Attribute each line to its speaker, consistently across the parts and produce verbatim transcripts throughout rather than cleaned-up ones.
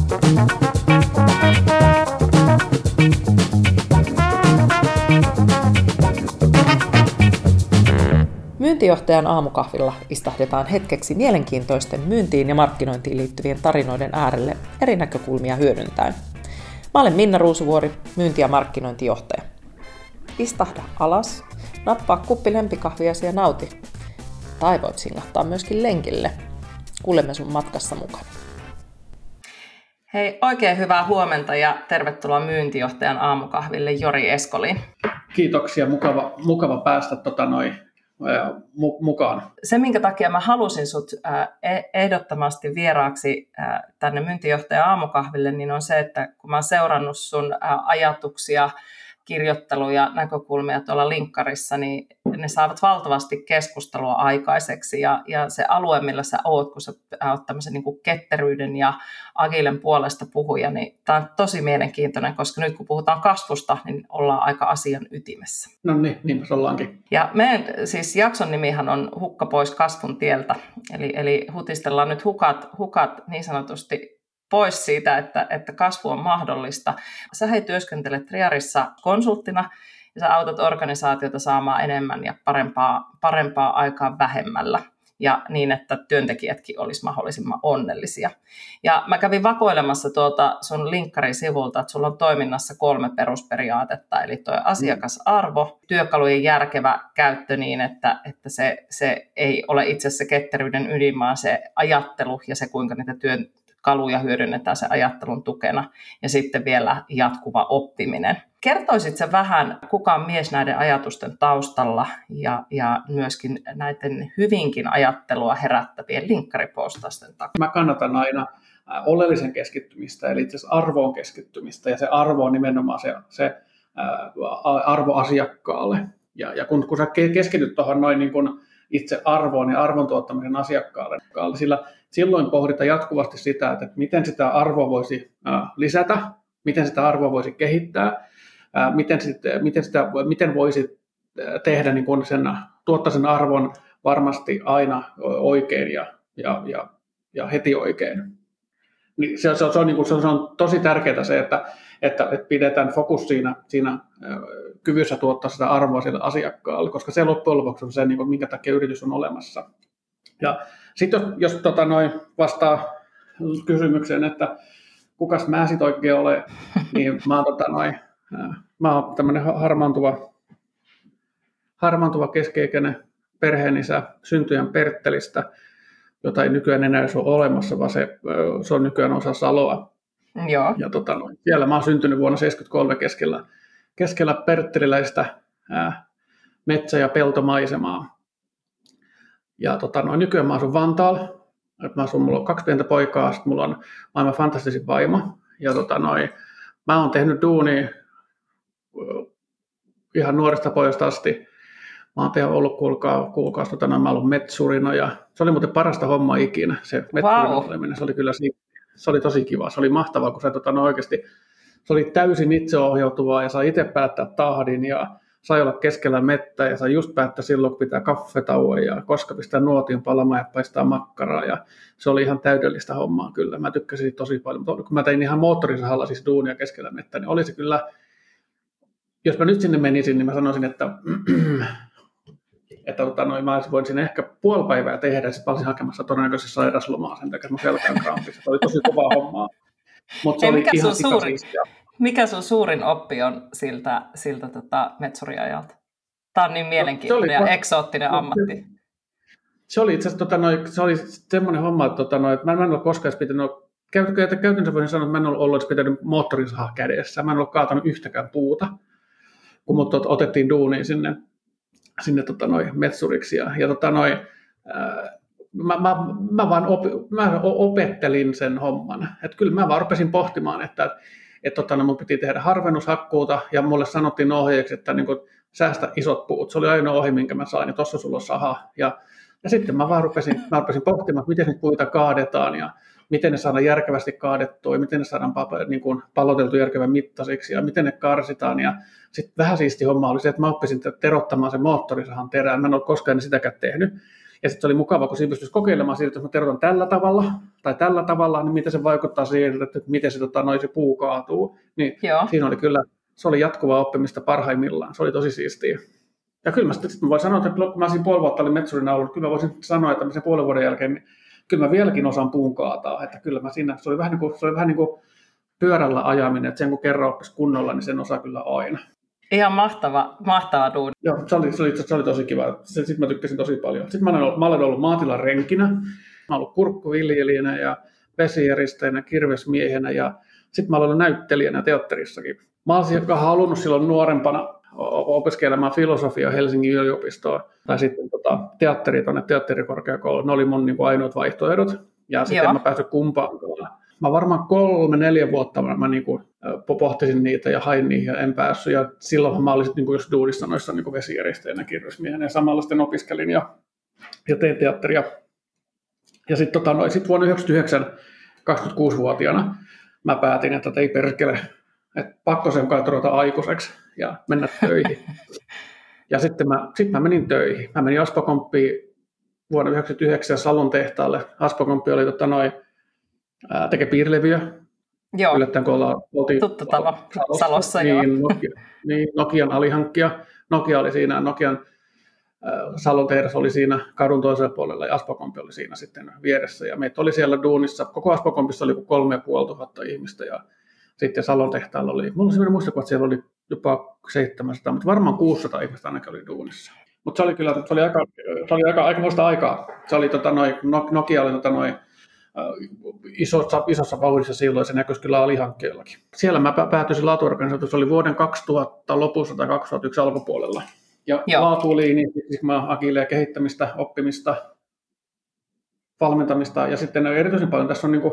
Speaker 1: Myyntijohtajan aamukahvilla istahdetaan hetkeksi mielenkiintoisten myyntiin ja markkinointiin liittyvien tarinoiden äärelle eri näkökulmia hyödyntäen. Mä olen Minna Ruusuvuori, myynti- ja markkinointijohtaja. Istahda alas, nappaa kuppi lempikahviasi ja nauti. Tai voit singahtaa myöskin lenkille. Kuulemme sun matkassa mukana. Hei, oikein hyvää huomenta ja tervetuloa myyntijohtajan aamukahville Jori Eskolin.
Speaker 2: Kiitoksia, mukava, mukava päästä tota noin, mukaan.
Speaker 1: Se, minkä takia mä halusin sut ehdottomasti vieraaksi tänne myyntijohtajan aamukahville, niin on se, että kun mä oon seurannut sun ajatuksia, kirjoitteluja, näkökulmia tuolla linkkarissa, niin ne saavat valtavasti keskustelua aikaiseksi. Ja, ja se alue, millä sä oot, kun sä oot tämmöisen niin kuin ketteryyden ja agilen puolesta puhuja, niin tämä on tosi mielenkiintoinen, koska nyt kun puhutaan kasvusta, niin ollaan aika asian ytimessä.
Speaker 2: No niin, niin ollaankin.
Speaker 1: Ja meidän siis jakson nimihan on Hukka pois kasvun tieltä. Eli, eli hutistellaan nyt hukat, hukat niin sanotusti pois siitä, että, että kasvu on mahdollista. Sä hei työskentelet Triarissa konsulttina ja sä autat organisaatiota saamaan enemmän ja parempaa, parempaa aikaa vähemmällä ja niin, että työntekijätkin olisi mahdollisimman onnellisia. Ja mä kävin vakoilemassa tuolta sun linkkarisivulta, että sulla on toiminnassa kolme perusperiaatetta, eli tuo asiakasarvo, työkalujen järkevä käyttö niin, että, että se, se ei ole itse asiassa ketteryyden ydin, vaan se ajattelu ja se, kuinka niitä työn kaluja hyödynnetään sen ajattelun tukena ja sitten vielä jatkuva oppiminen. Kertoisitko vähän, kuka on mies näiden ajatusten taustalla ja, ja myöskin näiden hyvinkin ajattelua herättävien linkkaripostausten takia?
Speaker 2: Mä kannatan aina oleellisen keskittymistä, eli itse asiassa arvoon keskittymistä, ja se arvo on nimenomaan se, se arvo asiakkaalle. Ja, ja kun, kun sä keskityt tuohon noin niin kuin itse arvoon ja arvon tuottamisen asiakkaalle, sillä silloin pohditaan jatkuvasti sitä, että miten sitä arvoa voisi lisätä, miten sitä arvoa voisi kehittää, miten, sit, miten, sitä, miten voisi tehdä niin kuin sen, tuottaa sen arvon varmasti aina oikein ja, ja, ja, ja heti oikein. Niin se, se, on, se, on, niin kuin, se on tosi tärkeää se, että, että, että pidetään fokus siinä, siinä kyvyssä tuottaa sitä arvoa sille asiakkaalle, koska se loppujen lopuksi on se, niin kuin, minkä takia yritys on olemassa. Ja sitten jos, jos tota, noin vastaa kysymykseen, että kukas mä sit oikein olen, niin mä oon, tota, noin, mä oon tämmöinen harmaantuva, harmaantuva keski-ikäinen perheenisä Syntyjän Perttelistä, jota ei nykyään enää ole olemassa, vaan se, se on nykyään osa Saloa.
Speaker 1: Joo.
Speaker 2: Ja tota, no, siellä mä oon syntynyt vuonna tuhatyhdeksänsataaseitsemänkymmentäkolme keskellä, keskellä pertteliläistä ää, metsä- ja peltomaisemaa. Ja tota, no, nykyään mä asun Vantaalla. Mä asun, mulla on kaksi pientä poikaa, sitten mulla on maailman fantastisin vaimo. Ja tota, no, mä oon tehnyt duunia ihan nuoresta pojasta asti. Mä oon tehnyt ollut kuulkaa, kuulkaas, tota, no, mä oon ollut metsurina ja se oli muuten parasta hommaa ikinä, se metsurina oleminen. Se oli kyllä se oli tosi kiva, se oli mahtavaa, kun se tota, no, oikeasti se oli täysin itseohjautuvaa ja sai itse päättää tahdin ja sai olla keskellä mettä ja sai just päättää silloin, kun pitää kaffetauon ja koska pistää nuotion palamaan ja paistaa makkaraa ja se oli ihan täydellistä hommaa kyllä. Mä tykkäsin siitä tosi paljon, mutta kun mä tein ihan moottorisahalla siis duunia keskellä mettä, niin oli se kyllä, jos mä nyt sinne menisin, niin mä sanoisin, että että tota, noin, mä voin sinne ehkä puoli päivää tehdä ja sitten olisin hakemassa todennäköisesti sairaslomaa sen takia, että mä selkään krampissa. Se oli tosi kovaa hommaa. Mut se
Speaker 1: Ei,
Speaker 2: oli
Speaker 1: mikä,
Speaker 2: ihan
Speaker 1: sun suurin, mikä sun suurin oppi on siltä, siltä tota metsuriajalta? Tämä on niin mielenkiintoinen no, ja eksoottinen ammatti.
Speaker 2: Se oli itse asiassa tota, noin, se oli semmoinen homma, että, tota, noin, että mä en ole koskaan pitänyt, käytännössä voisin sanoa, että mä en ole ollut pitänyt moottorisahaa kädessä. Mä en ole kaatanut yhtäkään puuta, kun mut otettiin duuniin sinne. sinne tota, noi, metsuriksi. Ja, ja tota, noi, ää, mä, mä, mä vaan op, mä opettelin sen homman. Et kyllä mä vaan rupesin pohtimaan, että et, tota, no, mun piti tehdä harvennushakkuuta, ja mulle sanottiin ohjeeksi, että niin kun, säästä isot puut. Se oli ainoa ohi, minkä mä sain, ja tossa sulla on saha. Ja, ja sitten mä vaan rupesin, mä rupesin pohtimaan, että miten niitä puita kaadetaan, ja miten ne saadaan järkevästi kaadettua, ja miten ne saadaan niin kuin palloteltu järkevän mittaisiksi, ja miten ne karsitaan. Ja sitten vähän siisti homma oli se, että mä oppisin terottamaan sen moottorisahan terään. Mä en ole koskaan sitäkään tehnyt. Ja sitten se oli mukava, kun siinä pystyisi kokeilemaan siitä, että jos mä terotan tällä tavalla tai tällä tavalla, niin miten se vaikuttaa siihen, että miten se, tota, noin, se puu kaatuu. Niin siinä oli kyllä, se oli jatkuvaa oppimista parhaimmillaan. Se oli tosi siistiä. Ja kyllä mä sitten sit mä voin sanoa, että kun mä siinä puoli vuotta olin metsurina ollut, kyllä mä voisin sanoa, että sen puolen vuoden jälkeen, niin kyllä mä vieläkin osaan puun kaataa. Että kyllä mä siinä, se oli vähän niin kuin, se oli vähän niin kuin pyörällä ajaminen, että sen kun kerran oppisi kunnolla, niin sen osaa kyllä aina.
Speaker 1: Ihan mahtava, mahtava duuni.
Speaker 2: Joo, se oli, se oli, se oli tosi kiva. Sitten mä tykkäsin tosi paljon. Sitten mä olen ollut, mä olen ollut maatilan renkinä, mä olen ollut kurkkuviljelijänä ja vesijärjestäjänä, kirvesmiehenä ja sitten mä olen ollut näyttelijänä teatterissakin. Mä olisin halunnut silloin nuorempana opiskelemaan filosofiaa Helsingin yliopistoon tai sitten tota, teatteri tuonne teatterikorkeakouluun. Ne oli mun niin kuin ainoat vaihtoehdot ja sitten Joo. en mä päässyt kumpaankaan. Mä varmaan kolme, neljä vuotta mä, mä niin kuin, pohtisin niitä ja hain niihin ja en päässyt. Ja silloin mä olin niin kuin just duudissa noissa niin kuin vesijärjestäjänä kirvesmiehenä ja samalla sitten opiskelin ja, ja tein teatteria. Ja sitten tota, no, sit vuonna yhdeksänkymmentäyhdeksän, kaksikymmentäkuusivuotiaana mä päätin, että ei perkele, että pakko sen kai ruveta aikuiseksi ja mennä töihin. Ja sitten mä, sit mä menin töihin. Mä menin Aspokomppiin vuonna yhdeksänkymmentäyhdeksän Salon tehtaalle. Aspokomppi oli tota, noin Ää, tekee piirilevyjä.
Speaker 1: Joo,
Speaker 2: yllättäen kun ollaan, oltiin
Speaker 1: tuttu talo Salossa, Salossa
Speaker 2: niin, Nokia, niin, Nokian alihankkija. Nokia oli siinä, Nokian äh, Salon tehdas oli siinä kadun toisella puolella ja Aspokompi oli siinä sitten vieressä. Ja meitä oli siellä duunissa, koko Aspokompissa oli kolme ja puoli tuhatta ihmistä ja sitten Salon tehtaalla oli, mulla on sellainen muistikuva, että siellä oli jopa seitsemänsataa, mutta varmaan kuusisataa ihmistä ainakin oli duunissa. Mutta se oli kyllä, se oli aika, se oli aika, aika muista aikaa. Se oli tota noin, Nokia oli tota noin, Isossa, isossa vauhdissa silloin, se näkyisi kyllä alihankkijoillakin. Siellä mä päätyisin laatuorganisaatioon, se oli vuoden kaksituhatta lopussa tai kaksituhattayksi alkupuolella. Ja Joo. laatu oli niin, siis mä agileja kehittämistä, oppimista, valmentamista ja sitten erityisen paljon tässä on niin kuin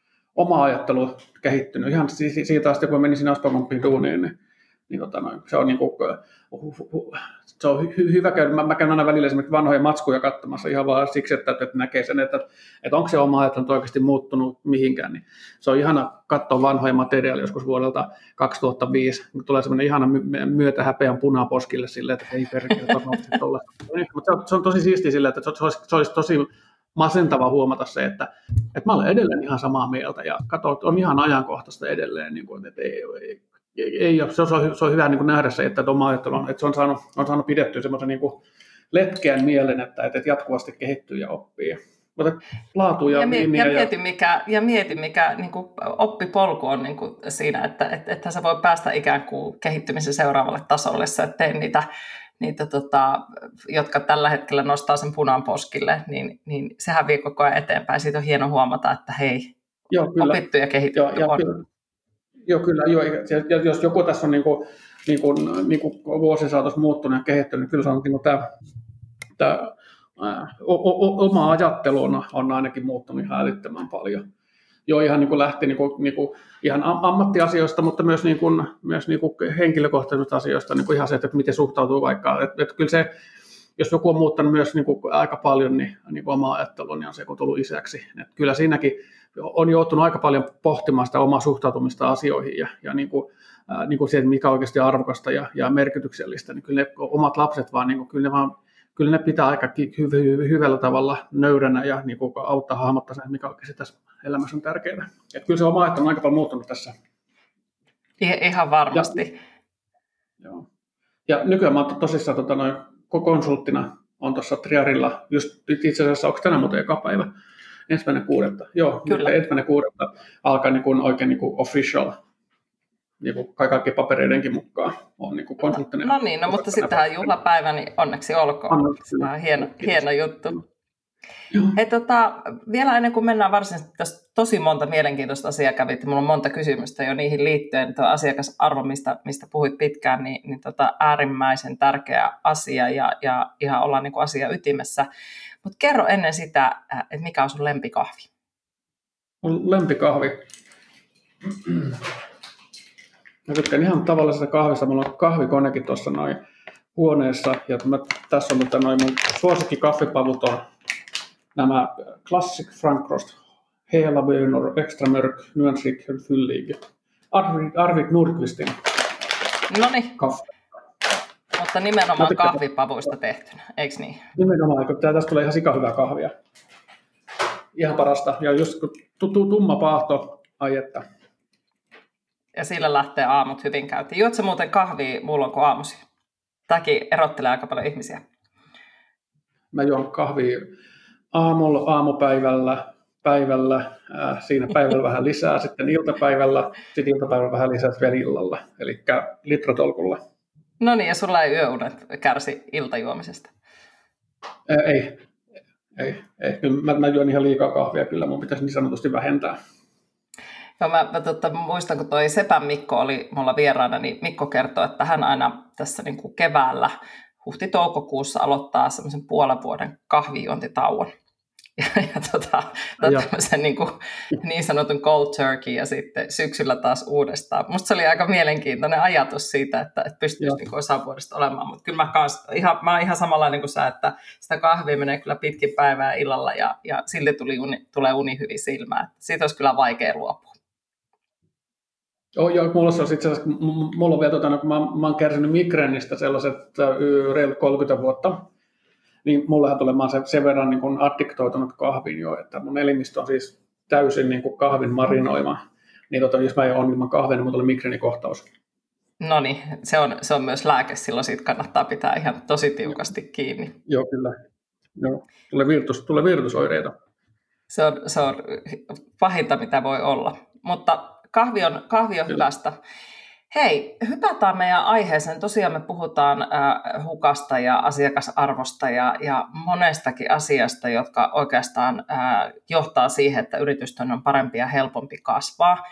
Speaker 2: oma ajattelu kehittynyt. Ihan siitä asti, kun mä menin sinne Aspokompiin duuniin, niin, niin tota noin, se on niin kuin, uh, uh, se on hy- hyvä käydä. Mä, mä käyn aina välillä esimerkiksi vanhoja matskuja katsomassa ihan vaan siksi, että, että näkee sen, että, että onko se oma ajattelu oikeasti muuttunut mihinkään. Niin se on ihana katsoa vanhoja materiaaleja joskus vuodelta kaksituhattaviisi. Tulee semmoinen ihana myötä häpeän punaposkille silleen, että ei perkele tosi tolle. Mutta se, se on tosi siistiä silleen, että se olisi, se olisi tosi masentava huomata se, että, että mä olen edelleen ihan samaa mieltä ja katso, että on ihan ajankohtaista edelleen, niin kuin, että ei, ei Ei ole. Se on, se on hyvä niin kuin nähdä se, että oma ajattelu on, että se on saanut, on saanut pidettyä semmoisen niin kuin letkeän mielen, että, että jatkuvasti kehittyy ja oppii. Mutta laatu ja,
Speaker 1: ja,
Speaker 2: mi-
Speaker 1: ja, ja mieti, mikä, ja mieti, mikä niin kuin oppipolku on niin kuin siinä, että, että, että sä voi päästä ikään kuin kehittymisen seuraavalle tasolle. Sä teet niitä, niitä tota, jotka tällä hetkellä nostaa sen punan poskille, niin, niin sehän vie koko ajan eteenpäin. Siitä on hieno huomata, että hei, Joo, kyllä. opittu ja kehitetty Joo, ja on. Kyllä.
Speaker 2: Joo, kyllä. Joo. Ja jos joku tässä on niin kuin, niin kuin, niin kuin vuosien saatossa muuttunut ja kehittynyt, niin kyllä se on niin kuin tämä, tämä ää, o, o, oma ajattelu on, on ainakin muuttunut ihan älyttömän paljon. Joo, ihan niin kuin lähti niin kuin, niin kuin ihan ammattiasioista, mutta myös, niin kuin, myös niin kuin henkilökohtaisista asioista, niin kuin ihan se, että miten suhtautuu vaikka. Että, että kyllä se, jos joku on muuttanut myös niin kuin aika paljon, niin, niin kuin oma ajattelu niin on se, kun on tullut isäksi. Että kyllä siinäkin on joutunut aika paljon pohtimaan sitä omaa suhtautumista asioihin ja, ja niin kuin, äh, niin kuin siihen, mikä on oikeasti arvokasta ja, ja merkityksellistä, niin kyllä ne omat lapset vaan, niin kuin, kyllä, ne vaan kyllä ne pitää aika hy- hy- hyvällä tavalla nöyränä ja niin kuin auttaa hahmottaa sen, mikä oikeasti tässä elämässä on tärkeää. Että kyllä se oma ajattelu on aika paljon muuttunut tässä.
Speaker 1: Ihan varmasti.
Speaker 2: Ja, joo. Ja nykyään mä oon tosissaan tota, noin, konsulttina on tuossa Triarilla, just itse asiassa, onko tänään muuten eka päivä? Ensimmäinen kuudetta. Joo, Kyllä. ensimmäinen kuudetta alkaa niin kuin oikein niin kuin official, niin kuin kaikki papereidenkin mukaan on niin kuin konsulttinen.
Speaker 1: No niin, no, mutta sitten tähän juhlapäivä, niin onneksi olkoon. Onneksi. Tämä on hieno, hieno juttu. Hei, tota, vielä ennen kuin mennään varsinaisesti, tässä tosi monta mielenkiintoista asiaa kävit, minulla on monta kysymystä jo niihin liittyen, tuo asiakasarvo, mistä, mistä puhuit pitkään, niin, niin tota, äärimmäisen tärkeä asia ja, ja ihan ollaan niin kuin asia ytimessä. Mutta kerro ennen sitä, että mikä on sun lempikahvi?
Speaker 2: Mun lempikahvi? Mä tykkään ihan tavallisesta kahvista. Mulla on kahvikonekin tuossa noin huoneessa. Ja mä, tässä on mutta noin mun suosikkikaffipavut on nämä Classic Frankrost, Hela Bönor, Extra Mörk, Nyansrik, Fyllig. Arvid, Arvid Nordqvistin
Speaker 1: Noniin.
Speaker 2: kaffe.
Speaker 1: Mutta nimenomaan kahvipavuista tehtynä, eikö niin?
Speaker 2: Nimenomaan, kun tästä tulee ihan sika hyvää kahvia. Ihan parasta. Ja just kun tumma paahto, ai että.
Speaker 1: Ja sillä lähtee aamut hyvin käyntiin. Juotko muuten kahvia muulloin kuin aamuisin? Tämäkin erottelee aika paljon ihmisiä.
Speaker 2: Mä juon kahvia aamulla, aamupäivällä, päivällä, äh, siinä päivällä vähän lisää, sitten iltapäivällä, sitten iltapäivällä vähän lisää vielä illalla, eli litratolkulla.
Speaker 1: No niin, ja sulla ei yöunet kärsi iltajuomisesta?
Speaker 2: Ää, ei, ei, ei. Mä, mä juon ihan liikaa kahvia, kyllä mun pitäisi niin sanotusti vähentää.
Speaker 1: Joo, mä, mä totta, muistan, kun toi Sepän Mikko oli mulla vieraana, niin Mikko kertoi, että hän aina tässä niin kuin keväällä, huhti-toukokuussa aloittaa semmoisen puolen vuoden kahvijuontitauon. Ja, ja tota, tämmöisen niin, kuin, niin sanotun cold turkey ja sitten syksyllä taas uudestaan. Musta se oli aika mielenkiintoinen ajatus siitä, että, että pystyisi niin osan vuodesta olemaan, mutta kyllä mä, kans, ihan, mä oon ihan samanlainen kuin sä, että sitä kahvia menee kyllä pitkin päivää illalla ja, ja silti tuli uni, tulee uni hyvin silmään. Siitä olisi kyllä vaikea luopua.
Speaker 2: Joo, joo, mulla on itse asiassa, mulla on vielä, tota, kun mä, mä oon kärsinyt migreenistä sellaiset reilut kolmekymmentä vuotta, niin mullahan tulemaan sen, sen verran niin kuin addiktoitunut kahviin jo, että mun elimistö on siis täysin niin kuin kahvin marinoima. Niin tota, jos mä en ole ilman kahvia, niin mulla tulee migreenikohtaus.
Speaker 1: No niin, se on, se on myös lääke, silloin siitä kannattaa pitää ihan tosi tiukasti kiinni.
Speaker 2: Joo, kyllä. Joo. Tulee, virtus, tulee virtusoireita.
Speaker 1: Se on, se on pahinta, mitä voi olla. Mutta kahvi on, kahvi on hyvästä. Hei, hypätään meidän aiheeseen. Tosiaan me puhutaan äh, hukasta ja asiakasarvosta ja, ja monestakin asiasta, jotka oikeastaan äh, johtaa siihen, että yritysten on parempi ja helpompi kasvaa.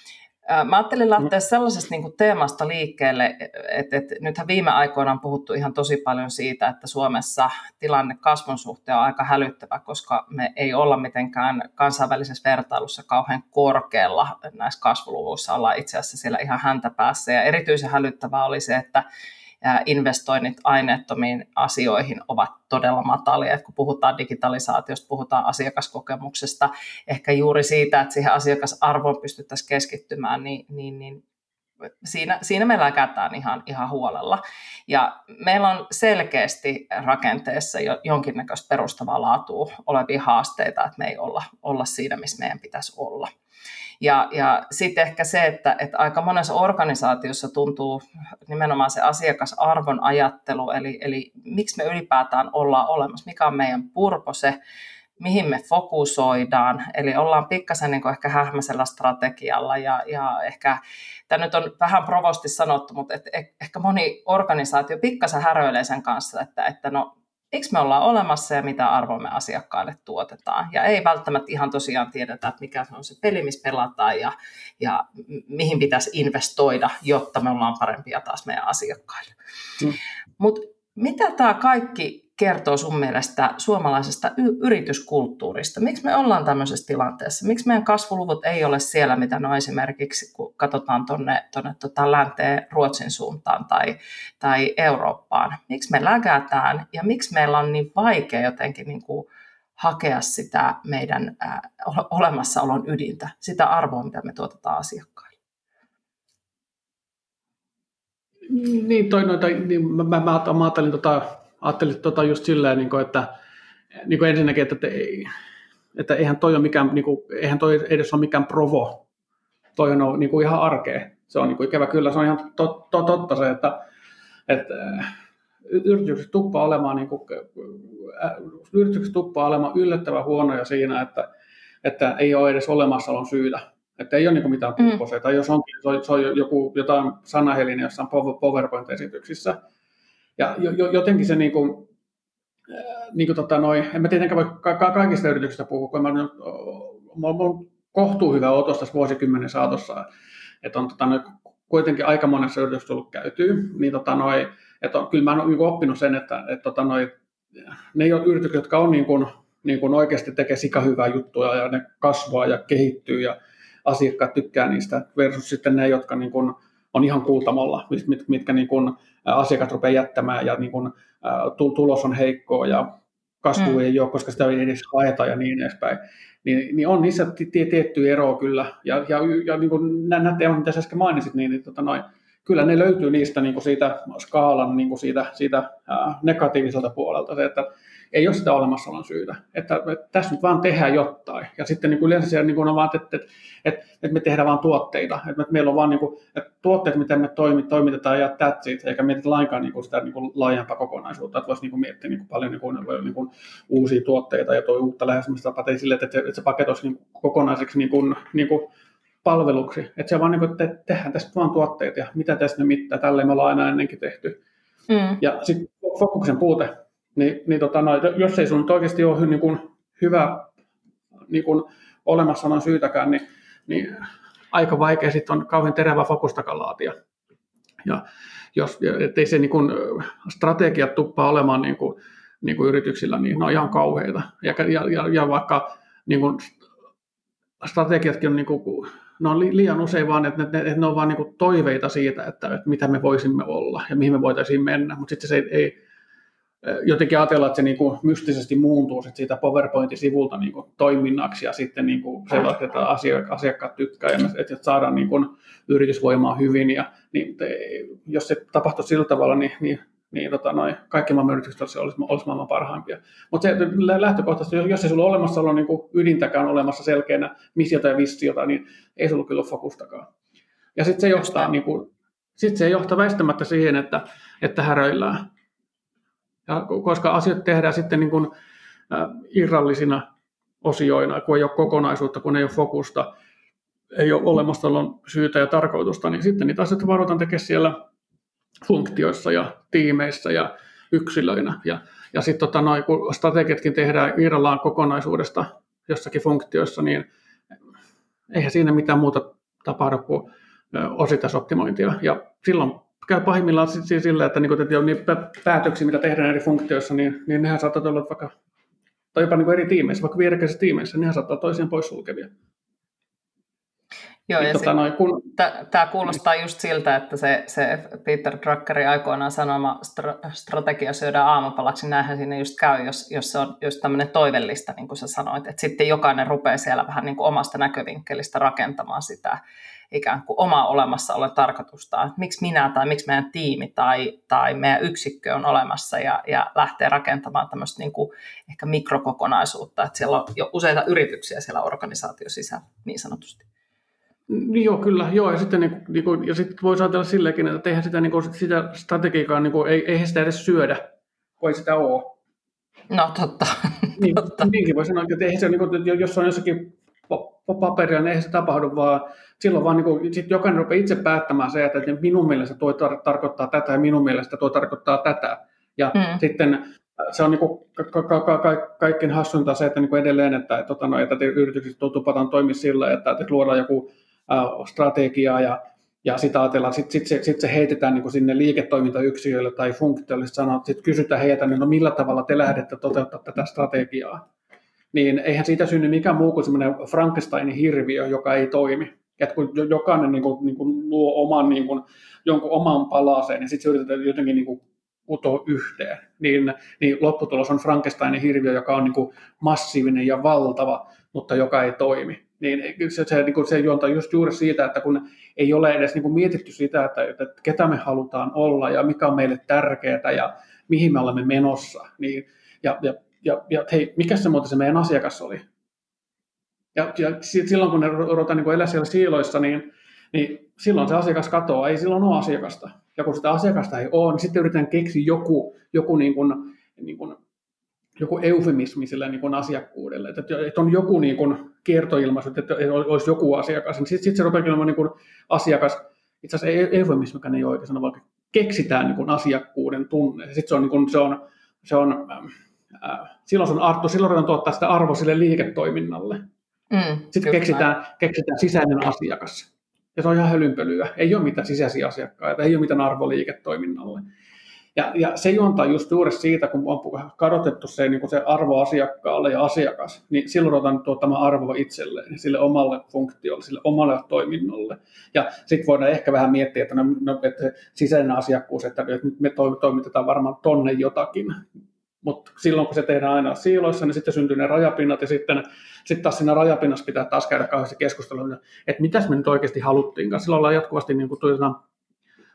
Speaker 1: Äh, mä ajattelin lähteä sellaisesta niin kuin teemasta liikkeelle, että, että nythän viime aikoina on puhuttu ihan tosi paljon siitä, että Suomessa tilanne kasvun suhteen on aika hälyttävä, koska me ei olla mitenkään kansainvälisessä vertailussa kauhean korkealla näissä kasvuluvuissa, ollaan itse asiassa siellä ihan häntäpäässä. Ja erityisen hälyttävää oli se, että investoinnit aineettomiin asioihin ovat todella matalia. Että kun puhutaan digitalisaatiosta, puhutaan asiakaskokemuksesta, ehkä juuri siitä, että siihen asiakasarvoon pystyttäisiin keskittymään, niin, niin, niin siinä, siinä me läkätään ihan, ihan huolella. Ja meillä on selkeästi rakenteessa jo jonkinnäköistä perustavaa laatua olevia haasteita, että me ei olla, olla siinä, missä meidän pitäisi olla. Ja, ja sitten ehkä se, että, että aika monessa organisaatiossa tuntuu nimenomaan se asiakasarvon ajattelu, eli, eli miksi me ylipäätään ollaan olemassa, mikä on meidän purpose, mihin me fokusoidaan, eli ollaan pikkasen niin kuin ehkä hähmäisellä strategialla, ja, ja ehkä, tämä nyt on vähän provosti sanottu, mutta et, ehkä moni organisaatio pikkasen häröilee sen kanssa, että, että no, miksi me ollaan olemassa ja mitä arvoa me asiakkaille tuotetaan. Ja ei välttämättä ihan tosiaan tiedetä, että mikä on se peli, missä pelataan ja, ja mihin pitäisi investoida, jotta me ollaan parempia taas meidän asiakkaille. Mm. Mutta mitä tämä kaikki kertoo sun mielestä suomalaisesta y- yrityskulttuurista? Miksi me ollaan tämmöisessä tilanteessa? Miksi meidän kasvuluvut ei ole siellä, mitä no esimerkiksi, kun katsotaan tuonne tota länteen Ruotsin suuntaan tai, tai Eurooppaan? Miksi me läkätään ja miksi meillä on niin vaikea jotenkin niin kuin hakea sitä meidän äh, olemassaolon ydintä, sitä arvoa, mitä me tuotetaan asiakkaille?
Speaker 2: Niin, toi, no, toi, niin mä, mä, mä, mä ajattelin tota... Ajattelin tota just silleen, että niin kuin ensinnäkin, että, että eihän toi ole mikään, niin kuin, eihän toi edes ole mikään provo. Toi on niin kuin ihan arkea. Se on niin kuin ikävä kyllä, se on ihan tot, tot, totta se, että, että yritykset tuppaa olemaan, niin kuin, yritykset tuppaa olemaan yllättävän huonoja siinä, että, että ei ole edes olemassaolon syytä. Että ei ole niin mitään purposeja. Mm. Tai jos onkin, se on, se on joku, jotain sanahelinä jossain PowerPoint-esityksissä. Ja jotenkin se, niin kuin, niin kuin tota noi, en mä tietenkään voi ka- kaikista yrityksistä puhua, kun mä olen kohtuu hyvä otos tässä vuosikymmenen saatossa, että on tota, noi, kuitenkin aika monessa yrityksessä tullut käytyä, niin tota, noi, että on, kyllä mä olen niin kuin oppinut sen, että, että tota, noi, ne yritykset, jotka on niin kuin, niin kuin oikeasti tekee sika hyvää juttuja ja ne kasvaa ja kehittyy ja asiakkaat tykkää niistä, versus sitten ne, jotka niin kuin, on ihan kultamolla, mit, mitkä niin kuin, asiakkaat rupeaa jättämään ja niin kuin, ä, tulos on heikkoa ja kasvu mm. ei ole, koska sitä ei edes haeta ja niin edespäin. Niin, niin on niissä t- t- tiettyä eroa kyllä. Ja, ja, ja niin kuin näette, mitä sä äsken mainitsit, niin, niin tota noin, kyllä ne löytyy niistä niin kuin siitä skaalan niin kuin siitä, siitä ää, negatiiviselta puolelta, se, että ei ole sitä olemassaolon syytä, että, että tässä nyt vaan tehdään jotain. Ja sitten niin kuin yleensä siellä niin kuin on vaan, että, että, että, että me tehdään vaan tuotteita, että meillä on vaan niin kuin, että tuotteet, miten me toimitetaan ja that's it, eikä mietitä lainkaan niin kuin sitä niin kuin laajempaa kokonaisuutta, että voisi niin kuin miettiä niin kuin paljon niin kuin, niin kuin uusia tuotteita ja tuo uutta lähestymistapaa, ei sille, että, että se paketoisi niin kuin kokonaiseksi niin kuin, niin kuin palveluksi, että se vaan niin kuin, että tehdään tästä vaan tuotteita ja mitä tässä ne mittaa, tälleen me ollaan aina ennenkin tehty. Mm. Ja sitten fokuksen puute, niin, niin tota, no, jos ei sun oikeasti ole niin kuin hyvä niin kuin olemassaolon syytäkään, niin, niin aika vaikea sitten on kauhean terävä fokustakaan laatia. Ja jos, ettei se niin kuin strategiat tuppaa olemaan niin kuin, niin kuin yrityksillä, niin ne on ihan kauheita. Ja, ja, ja, ja vaikka niin kuin strategiatkin on, niin kuin, ne on liian usein vaan, että ne, että ne on vaan niin kuin toiveita siitä, että, että mitä me voisimme olla ja mihin me voitaisiin mennä, mutta sitten se ei, ei jotenkin ajatellaan, että se niin kuin mystisesti muuntuu sit siitä PowerPoint-sivulta niin kuin toiminnaksi ja sitten niin kuin sellaiset, että asiakkaat tykkää ja että saadaan niin kuin yritysvoimaa hyvin. Ja, niin, jos se tapahtuu sillä tavalla, niin, niin, niin tota, noi, kaikki maailman yritykset olisi, olisi maailman parhaimpia. Mutta se lähtökohtaisesti, jos ei sulla ole olemassa ollut niin kuin ydintäkään olemassa selkeänä missiota ja vissiota, niin ei sulla kyllä ole fokustakaan. Ja sitten se johtaa, niin kuin, sit se johtaa väistämättä siihen, että, että häröillään. Ja koska asiat tehdään sitten niin kuin, äh, irrallisina osioina, kun ei ole kokonaisuutta, kun ei ole fokusta, ei ole olemassaolon syytä ja tarkoitusta, niin sitten niitä asioita varoitan tekemään siellä funktioissa ja tiimeissä ja yksilöinä. Ja, ja sitten tota, no, kun strategiatkin tehdään irrallaan kokonaisuudesta jossakin funktioissa, niin eihän siinä mitään muuta tapahdu kuin osittaisoptimointia. Ja silloin käy pahimmillaan siis sillä, että niitä päätöksiä, mitä tehdään eri funktioissa, niin, niin nehän saattaa olla vaikka, tai jopa niin eri tiimeissä, vaikka vierekkäisissä tiimeissä, nehän saattaa toisiaan poissulkevia.
Speaker 1: Joo, ja tota, noin, kun... tämä kuulostaa just siltä, että se, se Peter Druckerin aikoinaan sanoma stra- strategia syödään aamupalaksi, näinhän siinä just käy, jos, jos se on just tämmöinen toivellista, niin kuin sä sanoit, että sitten jokainen rupeaa siellä vähän niin kuin omasta näkövinkkelistä rakentamaan sitä ikään kuin omaa olemassaolon tarkoitusta, että miksi minä tai miksi meidän tiimi tai, tai meidän yksikkö on olemassa ja, ja lähtee rakentamaan tämmöistä niin kuin ehkä mikrokokonaisuutta, että siellä on jo useita yrityksiä siellä organisaation sisällä niin sanotusti.
Speaker 2: Niin joo, kyllä. Joo, ja sitten niin, niin kuin, ja sitten voisi ajatella sillekin, että eihän sitä, niin kuin, sitä strategiaa, niin kuin, ei, eihän sitä edes syödä, kun ei sitä ole.
Speaker 1: No totta.
Speaker 2: Niin,
Speaker 1: totta.
Speaker 2: Niinkin voi sanoa, että eihän se, niin kuin, jos on jossakin paperia, niin eihän se tapahdu, vaan silloin vaan niin kuin, sit jokainen rupeaa itse päättämään se, että minun mielestä tuo tar- tarkoittaa tätä ja minun mielestä tuo tarkoittaa tätä. Ja mm. sitten se on niin kuin, ka- ka- ka- ka- kaikkein hassuinta se, että niin kuin edelleen, että, että, että, että yritykset tupataan toimia sillä, että, että luodaan joku äh, strategia ja, ja sitä ajatellaan, sitten sit se, sit se heitetään niin kuin sinne liiketoimintayksiköille tai funktioille, sitten kysytään heitä, niin no millä tavalla te lähdette toteuttaa tätä strategiaa. Niin eihän siitä synny mikään muu kuin semmoinen Frankensteinin hirviö, joka ei toimi. Että kun jokainen niin kuin, niin kuin luo oman, niin kuin, jonkun oman palaseen ja sitten se yritetään jotenkin niin kuin kutoa yhteen, niin, niin lopputulos on Frankensteinin hirviö, joka on niin kuin massiivinen ja valtava, mutta joka ei toimi. Niin se, se, niin kuin se juontaa just juuri siitä, että kun ei ole edes niin kuin mietitty sitä, että, että ketä me halutaan olla ja mikä on meille tärkeää ja mihin me olemme menossa, niin, ja, ja Ja, ja hei, mikä se muuten se meidän asiakas oli? Ja, ja silloin, kun ne ruvetaan niin elää siellä siiloissa, niin, niin silloin se asiakas katoaa, ei silloin ole asiakasta. Ja kun sitä asiakasta ei ole, niin sitten yritetään keksiä joku, joku, niin kuin, niin kuin, joku eufemismi sille niin kuin asiakkuudelle. Että, että on joku niin kuin kiertoilmaisu, että olisi joku asiakas. Niin sitten sit se rupeaa olemaan niin kuin asiakas. Itse asiassa eufemismikään ei ole oikein sanoa, vaikka keksitään niin kuin asiakkuuden tunne. Sitten se on, niin kuin, se on, se on silloin se on arvo, silloin ruvetaan tuottaa sitä arvoa sille liiketoiminnalle. Mm, Sitten keksitään, keksitään sisäinen asiakas. Ja se on ihan hölynpölyä. Ei ole mitään sisäisiä asiakkaita, ei ole mitään arvoa liiketoiminnalle. Ja, ja se juontaa just juuri siitä, kun on kadotettu se, niin se arvo asiakkaalle ja asiakas, niin silloin ruvetaan tuottamaan arvoa itselleen, sille omalle funktiolle, sille omalle toiminnolle. Ja sitten voidaan ehkä vähän miettiä, että, no, että sisäinen asiakkuus, että nyt me toimitetaan varmaan tonne jotakin. Mutta silloin, kun se tehdään aina siiloissa, niin sitten syntyy ne rajapinnat, ja sitten, sitten taas siinä rajapinnassa pitää taas käydä kauheasti keskustelua, että mitäs me nyt oikeasti haluttiinkaan. Silloin ollaan jatkuvasti niin kuin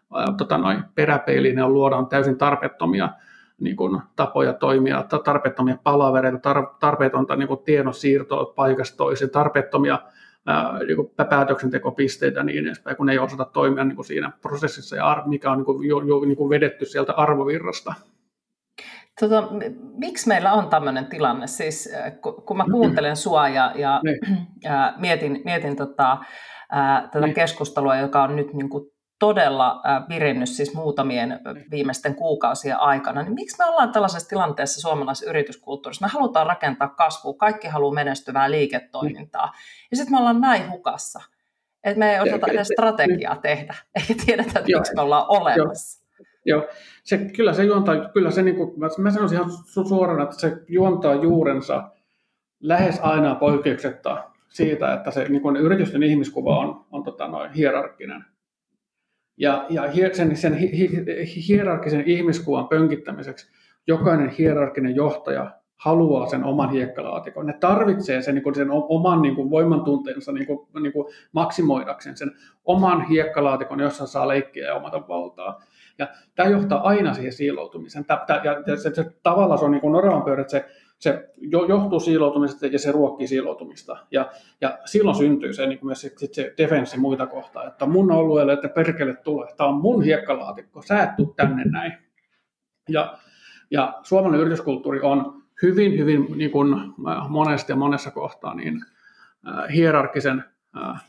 Speaker 2: tota noin, peräpeiliin ja luodaan täysin tarpeettomia niin kuin, tapoja toimia, tarpeettomia palavereita, tar- tarpeetonta niin kuin, tiedonsiirtoa paikasta toiseen, tarpeettomia ää, niin kuin, päätöksentekopisteitä ja niin edespäin, kun ei osata toimia niin kuin, siinä prosessissa, ja ar- mikä on niin kuin, jo, jo niin kuin, vedetty sieltä arvovirrasta.
Speaker 1: Tota, miksi meillä on tämmöinen tilanne? Siis, kun mä kuuntelen sua ja, ja ää, mietin, mietin tota, ää, tätä niin. keskustelua, joka on nyt niin kuin todella ää, virinnyt siis muutamien viimeisten kuukausien aikana, niin miksi me ollaan tällaisessa tilanteessa suomalaisessa yrityskulttuurissa? Me halutaan rakentaa kasvua, kaikki haluaa menestyvää liiketoimintaa, mm. ja sitten me ollaan näin hukassa, että me ei osata edes strategiaa mm. tehdä, eikä tiedetä, että miksi me ollaan olemassa.
Speaker 2: Joo, se, kyllä se juontaa, kyllä se, niin kuin, mä sanoisin ihan suoraan, että se juontaa juurensa lähes aina poikkeuksetta siitä, että se niin kuin yritysten ihmiskuva on, on tota, noin, hierarkkinen. Ja, ja sen, sen hi, hi, hierarkkisen ihmiskuvan pönkittämiseksi jokainen hierarkkinen johtaja haluaa sen oman hiekkalaatikon. Ne tarvitsee sen, niin kuin sen oman niin kuin voimantunteensa niin kuin, niin kuin maksimoidakseen sen oman hiekkalaatikon, jossa saa leikkiä ja omata valtaa. Ja tämä johtaa aina siihen siiloutumiseen. Tää, tää, ja se, se, tavallaan se on niin kuin oravan pyörä, että se, se johtuu siiloutumisesta ja se ruokkii siiloutumista. Ja, ja silloin syntyy se, niin kuin myös se, se defenssi muita kohtaan, että mun alueelle, että perkele tulee. Tämä on mun hiekkalaatikko, sä et tuu tänne näin. Ja, ja suomalainen yrityskulttuuri on hyvin, hyvin niin kuin monesti ja monessa kohtaa niin, äh, hierarkkisen, äh,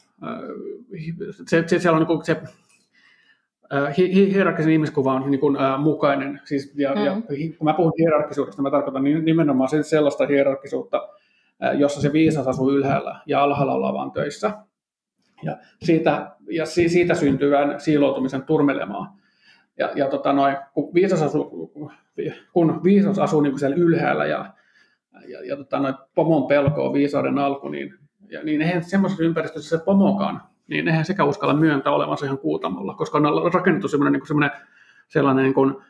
Speaker 2: se, se, siellä on niin kuin se hierarkkisen ihmiskuva on niin kuin, ä, mukainen. Siis, ja, mm. ja, kun mä puhun hierarkkisuudesta, mä tarkoitan nimenomaan sellaista hierarkkisuutta, ä, jossa se viisas asuu ylhäällä ja alhaalla ollaan vaan töissä. Ja siitä, ja siitä syntyvän siiloutumisen turmelemaa. Ja, ja tota noin, kun viisas asuu, kun viisas asuu niin kuin siellä ylhäällä ja, ja, ja tota noin, pomon pelko on viisauden alku, niin, ja, niin eihän semmoisessa ympäristössä se pomokaan, niin eihän sekä uskalla myöntää olevansa ihan kuutamolla, koska on rakennettu semmoinen, niin semmoinen sellainen niin kuin,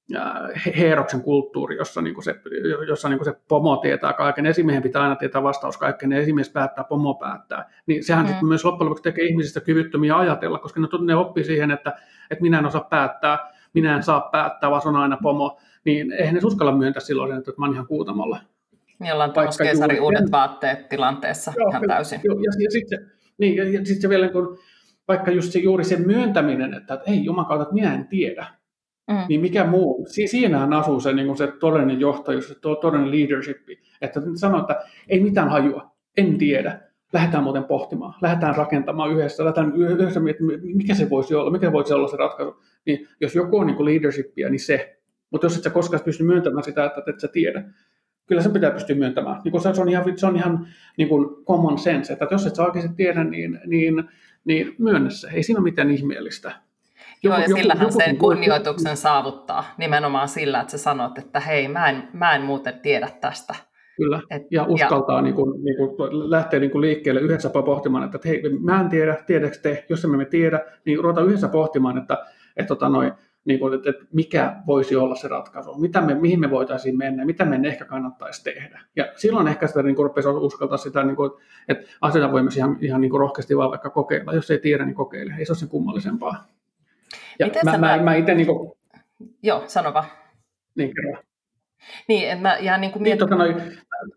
Speaker 2: Heeroksen kulttuuri, jossa, niin kuin se, jossa niin kuin se pomo tietää kaiken. Esimiehen pitää aina tietää vastaus kaikkeen, ja esimies päättää, pomo päättää. Niin sehän mm. myös loppujen lopuksi tekee ihmisistä kyvyttömiä ajatella, koska ne, ne oppii siihen, että, että minä en osaa päättää, minä en saa päättää, vaan se on aina pomo. Niin eihän ne uskalla myöntää silloin, että mä oon ihan kuutamolla.
Speaker 1: Niin ollaan tuossa keisarin uudet en... vaatteet tilanteessa joo, ihan täysin.
Speaker 2: Joo, ja, ja sitten se, niin, ja, ja sit se vielä, kun, vaikka just se, juuri se myöntäminen, että, että ei jumakauta, että minä en tiedä. Mm. Niin mikä muu, si- siinähän asuu se, niin se todellinen johtajuus, se todellinen leadership, että sanoo, että ei mitään hajua, en tiedä, lähdetään muuten pohtimaan, lähdetään rakentamaan yhdessä, lähdetään yhdessä miettimään, mikä se voisi olla, mikä voisi olla se ratkaisu. Niin jos joku on niin leadershipia, niin se, mutta jos et sä koskaan pysty myöntämään sitä, että et sä tiedä, kyllä sen pitää pystyä myöntämään. Niin se on ihan, se on ihan niin kuin common sense, että jos et sä oikeasti tiedä, niin, niin, niin myönnä se, ei siinä ole mitään ihmeellistä.
Speaker 1: Joo, ja sillähän joku, sen kunnioituksen joku, saavuttaa nimenomaan sillä, että sä sanot, että hei, mä en, mä en muuten tiedä tästä.
Speaker 2: Kyllä, Et, ja uskaltaa ja, niin kuin, niin kuin, lähteä niin kuin liikkeelle yhdessä pohtimaan, että hei, mä en tiedä, tiedätkö te, jos emme me tiedä, niin ruvetaan yhdessä pohtimaan, että, että, että, noin, niin kuin, että mikä voisi olla se ratkaisu, mitä me, mihin me voitaisiin mennä, mitä meidän ehkä kannattaisi tehdä. Ja silloin ehkä sitä niin kuin, rupesi uskaltaa sitä, niin kuin, että asioita voi myös ihan, ihan niin kuin rohkeasti vaan vaikka kokeilla. Jos ei tiedä, niin kokeile. Ei se ole sen kummallisempaa. Ja mä, mä, mä itse niin kuin...
Speaker 1: Joo, sano vaan.
Speaker 2: Niin, kerro.
Speaker 1: Niin, että mä ihan niin kuin
Speaker 2: mietin... Niin, tota noin...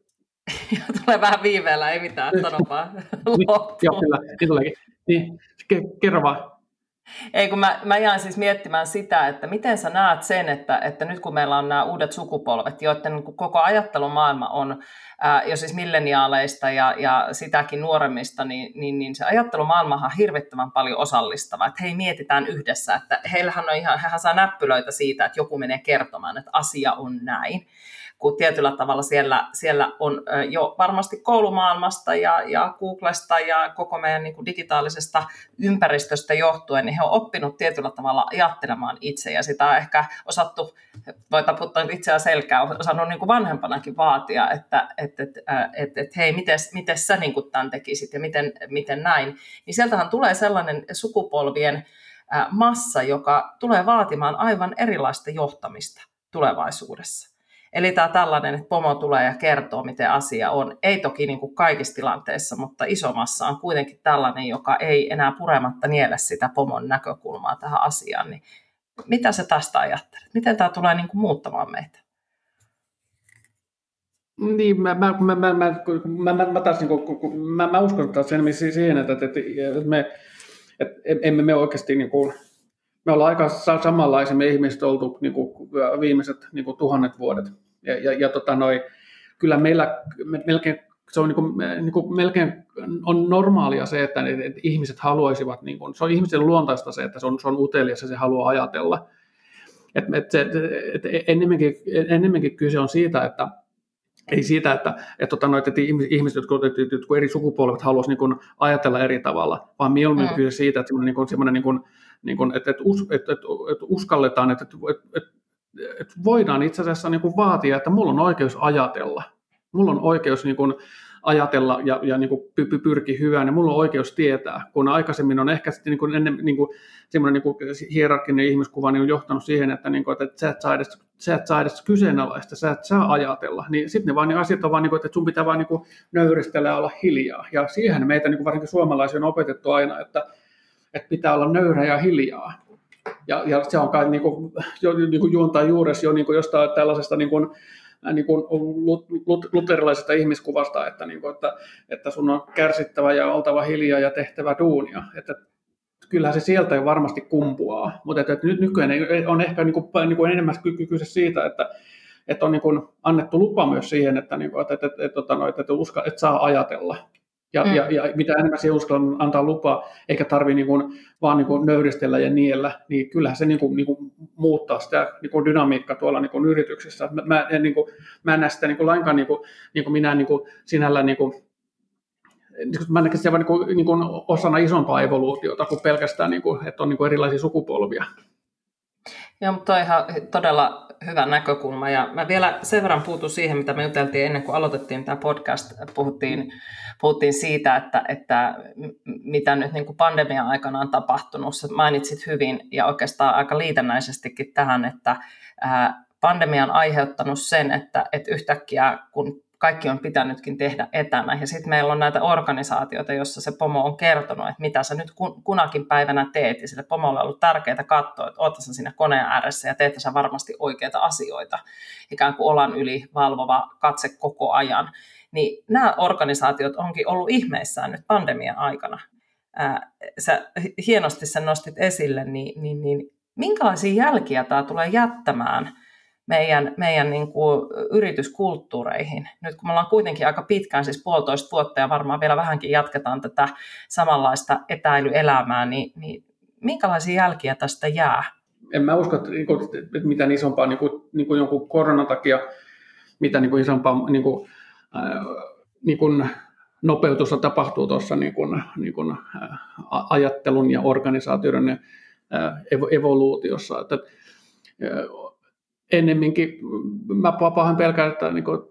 Speaker 1: Tulee vähän viiveellä, ei mitään, sano vaan.
Speaker 2: Joo, kyllä, niin tuleekin. Niin, kerro vaan.
Speaker 1: Ei, kun mä, mä jään siis miettimään sitä, että miten sä näet sen, että, että nyt kun meillä on nämä uudet sukupolvet, joiden koko ajattelumaailma on ää, jo siis milleniaaleista ja, ja sitäkin nuoremmista, niin, niin, niin se ajattelumaailmahan on hirvittävän paljon osallistava. Että hei, mietitään yhdessä, että heillähän on ihan, hehän saa näppylöitä siitä, että joku menee kertomaan, että asia on näin. Kun tietyllä tavalla siellä, siellä on jo varmasti koulumaailmasta ja, ja Googlesta ja koko meidän niin kuin digitaalisesta ympäristöstä johtuen, niin he on oppinut tietyllä tavalla ajattelemaan itse, ja sitä on ehkä osattu, voi taputtaa itseään selkää, on osannut niin kuin vanhempanakin vaatia, että et, et, et, et, hei, miten sä niin kuin tämän tekisit ja miten, miten näin. Niin sieltähän tulee sellainen sukupolvien massa, joka tulee vaatimaan aivan erilaista johtamista tulevaisuudessa. Eli tämä tällainen, että pomo tulee ja kertoo, miten asia on. Ei toki niin kuin kaikissa tilanteissa, mutta iso massa on kuitenkin tällainen, joka ei enää purematta niele sitä pomon näkökulmaa tähän asiaan. Niin mitä sä tästä ajattelet? Miten tämä tulee niin kuin muuttamaan meitä?
Speaker 2: Niin, mä, mä, mä, mä, mä, mä, mä, mä, taas, niin kuin, mä, mä uskon taas enemmän siihen, että, että, että me että emme me oikeasti, niin kuin, me ollaan aika samanlaisia, me ihmiset oltu niin kuin, viimeiset niin kuin, tuhannet vuodet. Ja, ja, ja tota, noi, kyllä meillä me, melkein, se on, niin kuin, niin kuin, melkein on normaalia se, että, että ihmiset haluaisivat, niin kuin, se on ihmisen luontaista se, että se on, se on utelias ja se haluaa ajatella. Et, et se, et, et ennemminkin, ennemminkin kyse on siitä, että ei siitä, että, että, että, että ihmiset, jotka, jotka eri sukupolvet haluaisivat niin ajatella eri tavalla, vaan mieluummin mm. kyse siitä, että, niin kuin, semmoinen, niin kuin, niin kuin, että, että, että, että, että uskalletaan, että, että, että, että voidaan itse asiassa niin kuin vaatia, että mulla on oikeus ajatella. Mulla on oikeus niin kuin, ajatella ja, ja niin kuin, pyrkiä hyvään, ja mulla on oikeus tietää, kun aikaisemmin on ehkä sitten, niin kuin, ennen, niin kuin, semmoinen niin kuin, hierarkkinen ihmiskuva niin on johtanut siihen, että, niin kuin, että sä et saa edes, sä et saa edes kyseenalaista, sä et saa ajatella, niin sitten ne, vaan, ne asiat on vaan, niin kuin, että sun pitää vaan niin kuin, nöyristellä ja olla hiljaa, ja siihen meitä niin kuin, varsinkin suomalaisia on opetettu aina, että, että pitää olla nöyrä ja hiljaa, ja, ja se on kai niin kuin, jo, niin kuin juontaa juures jo niin kuin jostain tällaisesta niin kuin, niin kuin luterilaisesta ihmiskuvasta, että, niin kuin, että, että sun on kärsittävä ja oltava hiljaa ja tehtävä duunia. Että kyllähän se sieltä jo varmasti kumpuaa, mutta että, että nyt nykyään on ehkä niin kuin, niin kuin enemmän kyse siitä, että, että on niin kuin annettu lupa myös siihen, että, niin kuin, että, että, että, että, että, että, uska, että saa ajatella. Ja, mm. ja, ja mitä enemmän siihen uskallan antaa lupaa, eikä tarvitse niin kuin, vaan niin kuin nöyristellä ja niellä, niin kyllähän se niin kuin, niin kuin muuttaa sitä niin kuin dynamiikkaa tuolla niin kuin yrityksissä. Mä, mä, en, niin kuin, mä en näe sitä niin kuin lainkaan niin kuin, niin kuin minä niin kuin sinällään, niin kuin, mä näen sitä niin kuin, niin kuin osana isompaa evoluutiota kuin pelkästään, niin kuin, että on niin kuin erilaisia sukupolvia.
Speaker 1: Joo, mutta toi on ihan todella hyvä näkökulma. Ja mä vielä sen verran puutun siihen, mitä me juteltiin ennen kuin aloitettiin tämä podcast. Puhuttiin, puhuttiin siitä, että, että mitä nyt niin kuin pandemian aikana on tapahtunut. Sä mainitsit hyvin ja oikeastaan aika liitännäisestikin tähän, että pandemia on aiheuttanut sen, että, että yhtäkkiä kun kaikki on pitänytkin tehdä etänä. Ja sitten meillä on näitä organisaatioita, joissa se pomo on kertonut, että mitä sä nyt kunakin päivänä teet. Ja sille pomolle on ollut tärkeää katsoa, että ootko sä siinä koneen ääressä ja teet sä varmasti oikeita asioita. Ikään kuin olan yli valvova katse koko ajan. Niin nämä organisaatiot onkin ollut ihmeissään nyt pandemian aikana. Ää, sä hienosti sen nostit esille, niin, niin, niin minkälaisia jälkiä tämä tulee jättämään meidän, meidän niin kuin yrityskulttuureihin. Nyt kun me ollaan kuitenkin aika pitkään, siis puolitoista vuotta ja varmaan vielä vähänkin jatketaan tätä samanlaista etäilyelämää, niin, niin minkälaisia jälkiä tästä jää?
Speaker 2: En mä usko, että, että mitään isompaa niin kuin, niin kuin jonkun koronan takia, mitä niin kuin isompaa niin kuin, äh, niin kuin nopeutusta tapahtuu tuossa niin kuin, niin kuin, äh, ajattelun ja organisaatioiden äh, evoluutiossa. Että, äh, ennemminkin mä pahan pelkään, että, niin kuin,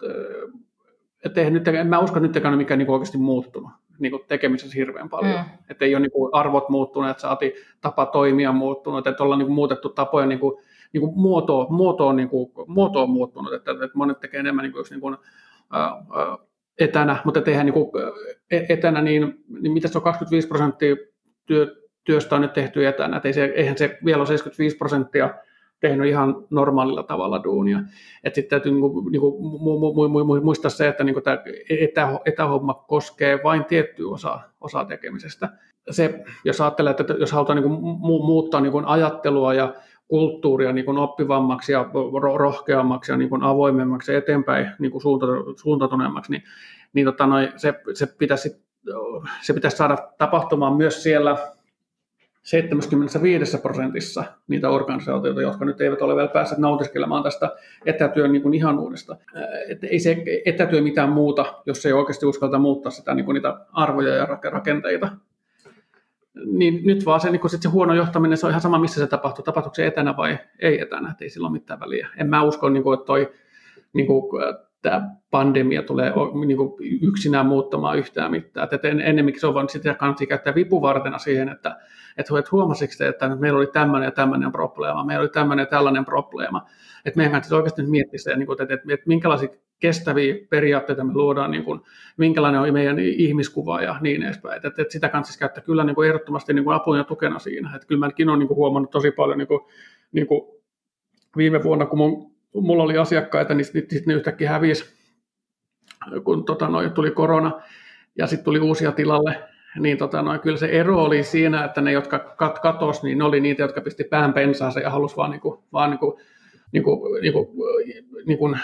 Speaker 2: että ei nyt, en mä usko nytkään mikä niin oikeasti muuttunut niin kuin tekemisessä hirveän paljon. Mm. Että ei ole niin kuin arvot muuttuneet, että saati tapa toimia muuttunut, että ollaan niin kuin muutettu tapoja, niin kuin, niin kuin muotoa, muotoa, niin kuin, muotoa on muuttunut, että, että monet tekee enemmän niin kuin, niin kuin, ää, etänä, mutta tehdään niin kuin, etänä, niin, niin mitä se on kaksikymmentäviisi prosenttia työ, työstä on nyt tehty etänä, että ei se, eihän se vielä ole seitsemänkymmentäviisi prosenttia tehnyt ihan normaalilla tavalla duunia. Että sitten täytyy niinku, niinku, mu, mu, mu, mu, muistaa se, että niinku tämä etä, etähomma koskee vain tiettyä osaa, osaa tekemisestä. Se, jos ajattelee, että jos halutaan niinku mu, muuttaa niinku ajattelua ja kulttuuria niinku oppivammaksi ja rohkeammaksi ja niinku avoimemmaksi ja eteenpäin niinku suuntautuneemmaksi, niin, niin tota noi, se, se, pitäisi, se pitäisi saada tapahtumaan myös siellä seitsemänkymmentäviisi prosentissa niitä organisaatioita, jotka nyt eivät ole vielä päässeet nautiskelemaan tästä etätyön niin kuin ihanuudesta. Että ei se etätyö mitään muuta, jos ei oikeasti uskalta muuttaa sitä, niin kuin niitä arvoja ja rakenteita. Niin nyt vaan se, niin kuin sit se huono johtaminen, se on ihan sama, missä se tapahtuu. Tapahtuuko se etänä vai ei etänä, että ei sillä ole mitään väliä. En mä usko, niin kuin, että toi niin kuin, tämä pandemia tulee niin kuin yksinään muuttamaan yhtään mitään. Että ennemminkin se on vain sitä kannattaa käyttää vipuvartena siihen, että, että huomasitko te, että meillä oli tämmöinen ja tämmöinen probleema, meillä oli tämmöinen ja tällainen probleema. Että meidän kanssa oikeasti nyt miettiä se, että, että, että minkälaisia kestäviä periaatteita me luodaan, niin kuin, minkälainen on meidän ihmiskuva ja niin edespäin. Että, että sitä kannattaa käyttää kyllä niin kuin ehdottomasti niin kuin apuna ja tukena siinä. Että kyllä mäkin olen niin kuin huomannut tosi paljon niin kuin, niin kuin viime vuonna, kun mun, mulla oli asiakkaita, niin sitten ne yhtäkkiä hävisi, kun tota, noi, tuli korona ja sitten tuli uusia tilalle. Niin tota, noi, kyllä se ero oli siinä, että ne, jotka kat- katosi, niin ne oli niitä, jotka pisti pään pensaansa ja halusi vaan, niin kuin, vaan niin kuin, niin kuin, niin kuin, niin kuin,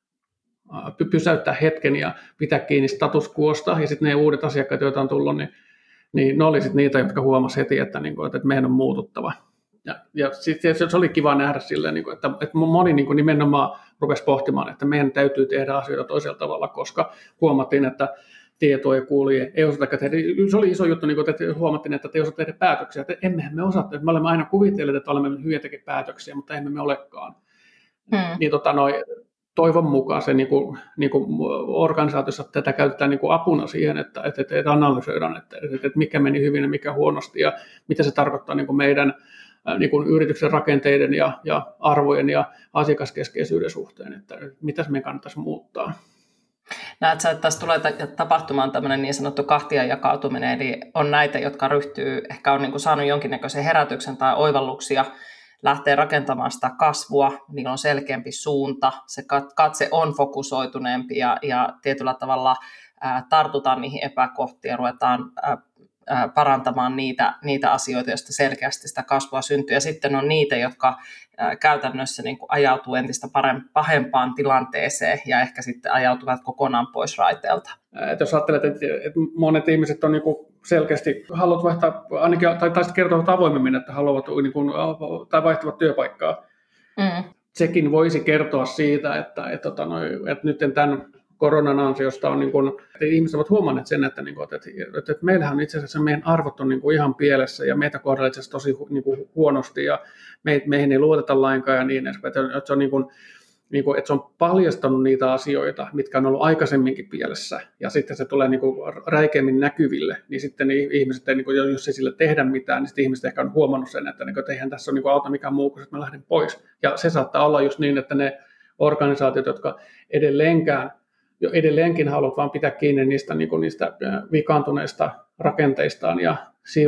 Speaker 2: pysäyttää hetken ja pitää kiinni status quosta. Ja sitten ne uudet asiakkaat, joita on tullut, niin, niin ne oli sitten niitä, jotka huomasi heti, että, niin kuin, että meidän on muututtava. Ja, ja sitten se oli kiva nähdä silleen, niin kuin, että, että moni niin kuin nimenomaan rupesi pohtimaan, että meidän täytyy tehdä asioita toisella tavalla, koska huomattiin, että tieto ei kuuli, ei osata tehdä. Se oli iso juttu, niin kuin, että huomattiin, että ei osata tehdä päätöksiä. Että emmehän me osata, että me olemme aina kuvitelleet, että olemme hyviä tekemään päätöksiä, mutta emme me olekaan. Hmm. Niin tota, noi, toivon mukaan se niin kuin, niin kuin organisaatiossa tätä käytetään niin kuin apuna siihen, että, että, että analysoidaan, että, että mikä meni hyvin ja mikä huonosti ja mitä se tarkoittaa niin kuin meidän niin kuin yrityksen rakenteiden ja, ja arvojen ja asiakaskeskeisyyden suhteen, että mitä me kannattaisi muuttaa.
Speaker 1: Näet sä, että tässä tulee tapahtumaan tämmöinen niin sanottu kahtia jakautuminen, eli on näitä, jotka ryhtyy, ehkä on niin kuin saanut jonkinnäköisen herätyksen tai oivalluksia, lähtee rakentamaan sitä kasvua, niillä on selkeämpi suunta, se katse on fokusoituneempi ja, ja tietyllä tavalla ää, tartutaan niihin epäkohtiin ja ruvetaan ää, parantamaan niitä, niitä asioita, joista selkeästi sitä kasvua syntyy. Ja sitten on niitä, jotka ää, käytännössä niin kuin ajautuu entistä pahempaan tilanteeseen ja ehkä sitten ajautuvat kokonaan pois raiteelta.
Speaker 2: Et jos ajattelet, että monet ihmiset on niin kuin selkeästi haluavat vaihtaa, ainakin, tai, tai kertovat avoimemmin, että haluavat niin kuin, tai vaihtavat työpaikkaa. Mm. Sekin voisi kertoa siitä, että, että, että, että nyt tämän koronan ansiosta on niin kuin, että ihmiset ovat huomanneet sen, että, niin kuin, että, että, että meillähän on itse asiassa meidän arvot on niin kuin ihan pielessä ja meitä kohdellaan itse asiassa tosi niin kuin huonosti ja me, meihin ei luoteta lainkaan ja niin edespäin. Että se on niin kuin, niin kuin, että se on paljastanut niitä asioita, mitkä on ollut aikaisemminkin pielessä, ja sitten se tulee niin kuin räikeämmin näkyville, niin sitten niin ihmiset, niin kuin, jos ei sille tehdä mitään, niin sitten ihmiset ehkä on huomannut sen, että, niin kuin, että eihän tässä ole niin kuin auta mikään muu kuin, että mä lähden pois. Ja se saattaa olla just niin, että ne organisaatiot, jotka edelleenkään, jo edelleenkin haluavat vaan pitää kiinni niistä, niin kuin niistä vikaantuneista rakenteistaan ja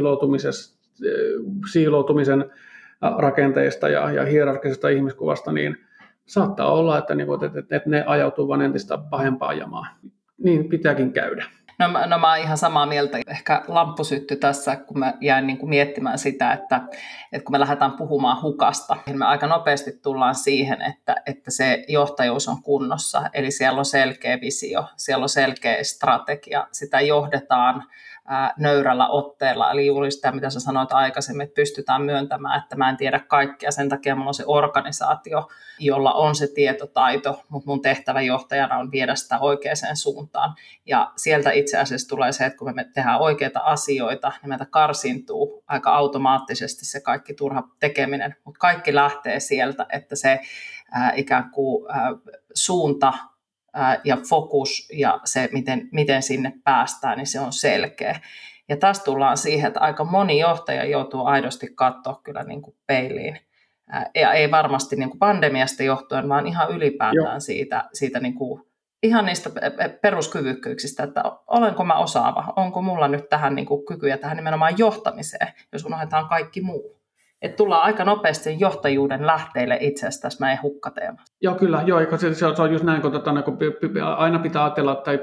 Speaker 2: siiloutumisen rakenteista ja, ja hierarkisesta ihmiskuvasta, niin saattaa olla, että, että, että ne ajautuu vain entistä pahempaan jamaan. Niin pitääkin käydä.
Speaker 1: No, no mä oon ihan samaa mieltä. Ehkä lamppu syttyi tässä, kun mä jäin niin kuin miettimään sitä, että, että kun me lähdetään puhumaan hukasta, niin me aika nopeasti tullaan siihen, että, että se johtajuus on kunnossa. Eli siellä on selkeä visio, siellä on selkeä strategia, sitä johdetaan ää, nöyrällä otteella. Eli juuri sitä, mitä sä sanoit aikaisemmin, että pystytään myöntämään, että mä en tiedä kaikkea. Sen takia mulla on se organisaatio, jolla on se tietotaito, mutta mun tehtävä johtajana on viedä sitä oikeaan suuntaan. Ja sieltä itse asiassa tulee se, että kun me tehdään oikeita asioita, niin meiltä karsintuu aika automaattisesti se kaikki turha tekeminen. Mutta kaikki lähtee sieltä, että se ää, ikään kuin ää, suunta ää, ja fokus ja se, miten, miten sinne päästään, niin se on selkeä. Ja tässä tullaan siihen, että aika moni johtaja joutuu aidosti katsoa kyllä niin kuin peiliin. Ja ei varmasti niin kuin pandemiasta johtuen, vaan ihan ylipäätään Joo. siitä, siitä niin kuin, ihan niistä peruskyvykkyyksistä, että olenko mä osaava, onko mulla nyt tähän niin kuin kykyjä tähän nimenomaan johtamiseen, jos unohdetaan kaikki muu. Että tullaan aika nopeasti johtajuuden lähteille itse asiassa tässä meidän hukkateemassa.
Speaker 2: Joo, kyllä. Joo, se, se on just näin, kun, tota, kun aina pitää ajatella, tai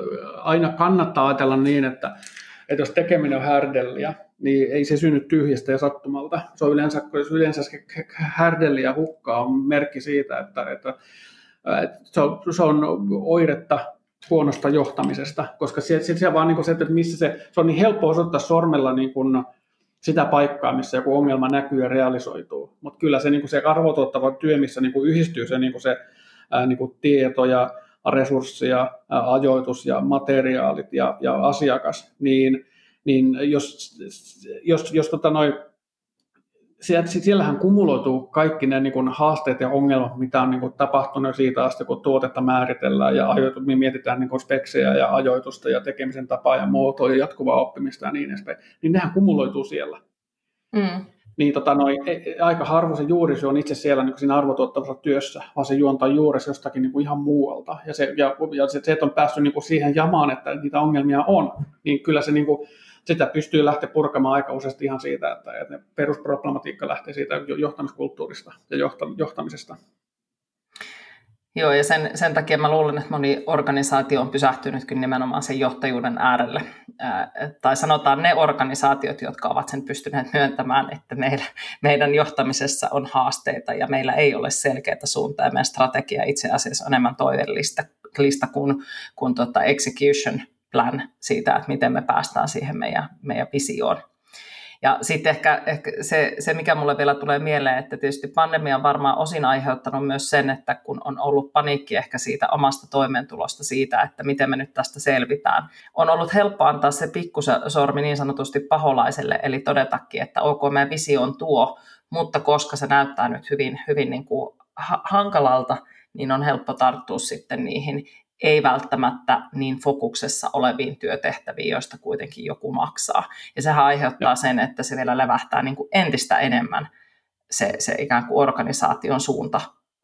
Speaker 2: aina kannattaa ajatella niin, että, että jos tekeminen on härdelliä, niin ei se synny tyhjästä ja sattumalta. Se on yleensä, yleensä härdelli ja hukka on merkki siitä, että, että, että se, on, se on oiretta huonosta johtamisesta, koska se, se, se, vaan niin se, että missä se, se on niin helppo osoittaa sormella niin kuin sitä paikkaa, missä joku ongelma näkyy ja realisoituu. Mutta kyllä se, niin kuin se arvotuottava työ, missä niin kuin yhdistyy se, niin kuin se ää, niin kuin tieto ja resurssi ja ää, ajoitus ja materiaalit ja, ja asiakas, niin niin jos, jos, jos tota noi, siellähän kumuloituu kaikki ne niin kuin haasteet ja ongelmat, mitä on niin kuin tapahtunut siitä asti, kun tuotetta määritellään ja ajoitu, mietitään niin kuin speksejä ja ajoitusta ja tekemisen tapaa ja muotoa ja jatkuvaa oppimista ja niin edespäin, niin nehän kumuloituu siellä. Mm. Niin tota, noi, aika harvoin se juurisyy on itse siellä niin kuin siinä arvotuottavassa työssä, vaan se juontaa juuresi jostakin niin kuin ihan muualta. Ja se, ja, ja se, että on päässyt niin kuin siihen jamaan, että niitä ongelmia on, niin kyllä se niin kuin, sitä pystyy lähteä purkamaan aika useasti ihan siitä, että, että ne perusproblematiikka lähtee siitä johtamiskulttuurista ja johtamisesta.
Speaker 1: Joo, ja sen, sen takia mä luulen, että moni organisaatio on pysähtynyt kyllä nimenomaan sen johtajuuden äärelle. Ää, tai sanotaan ne organisaatiot, jotka ovat sen pystyneet myöntämään, että meillä, meidän johtamisessa on haasteita ja meillä ei ole selkeää suuntaa ja meidän strategia itse asiassa on enemmän toivellista lista kuin, kuin tota execution plan siitä, että miten me päästään siihen meidän, meidän visioon. Ja sitten ehkä, ehkä se, se, mikä mulle vielä tulee mieleen, että tietysti pandemia on varmaan osin aiheuttanut myös sen, että kun on ollut paniikki ehkä siitä omasta toimeentulosta siitä, että miten me nyt tästä selvitään. On ollut helppo antaa se pikkusormi niin sanotusti paholaiselle, eli todetakin, että ok, meidän visio on tuo, mutta koska se näyttää nyt hyvin, hyvin niin kuin hankalalta, niin on helppo tarttua sitten niihin ei välttämättä niin fokuksessa oleviin työtehtäviin, joista kuitenkin joku maksaa. Ja sehän aiheuttaa sen, että se vielä levähtää niin kuin entistä enemmän se, se ikään kuin organisaation suunta.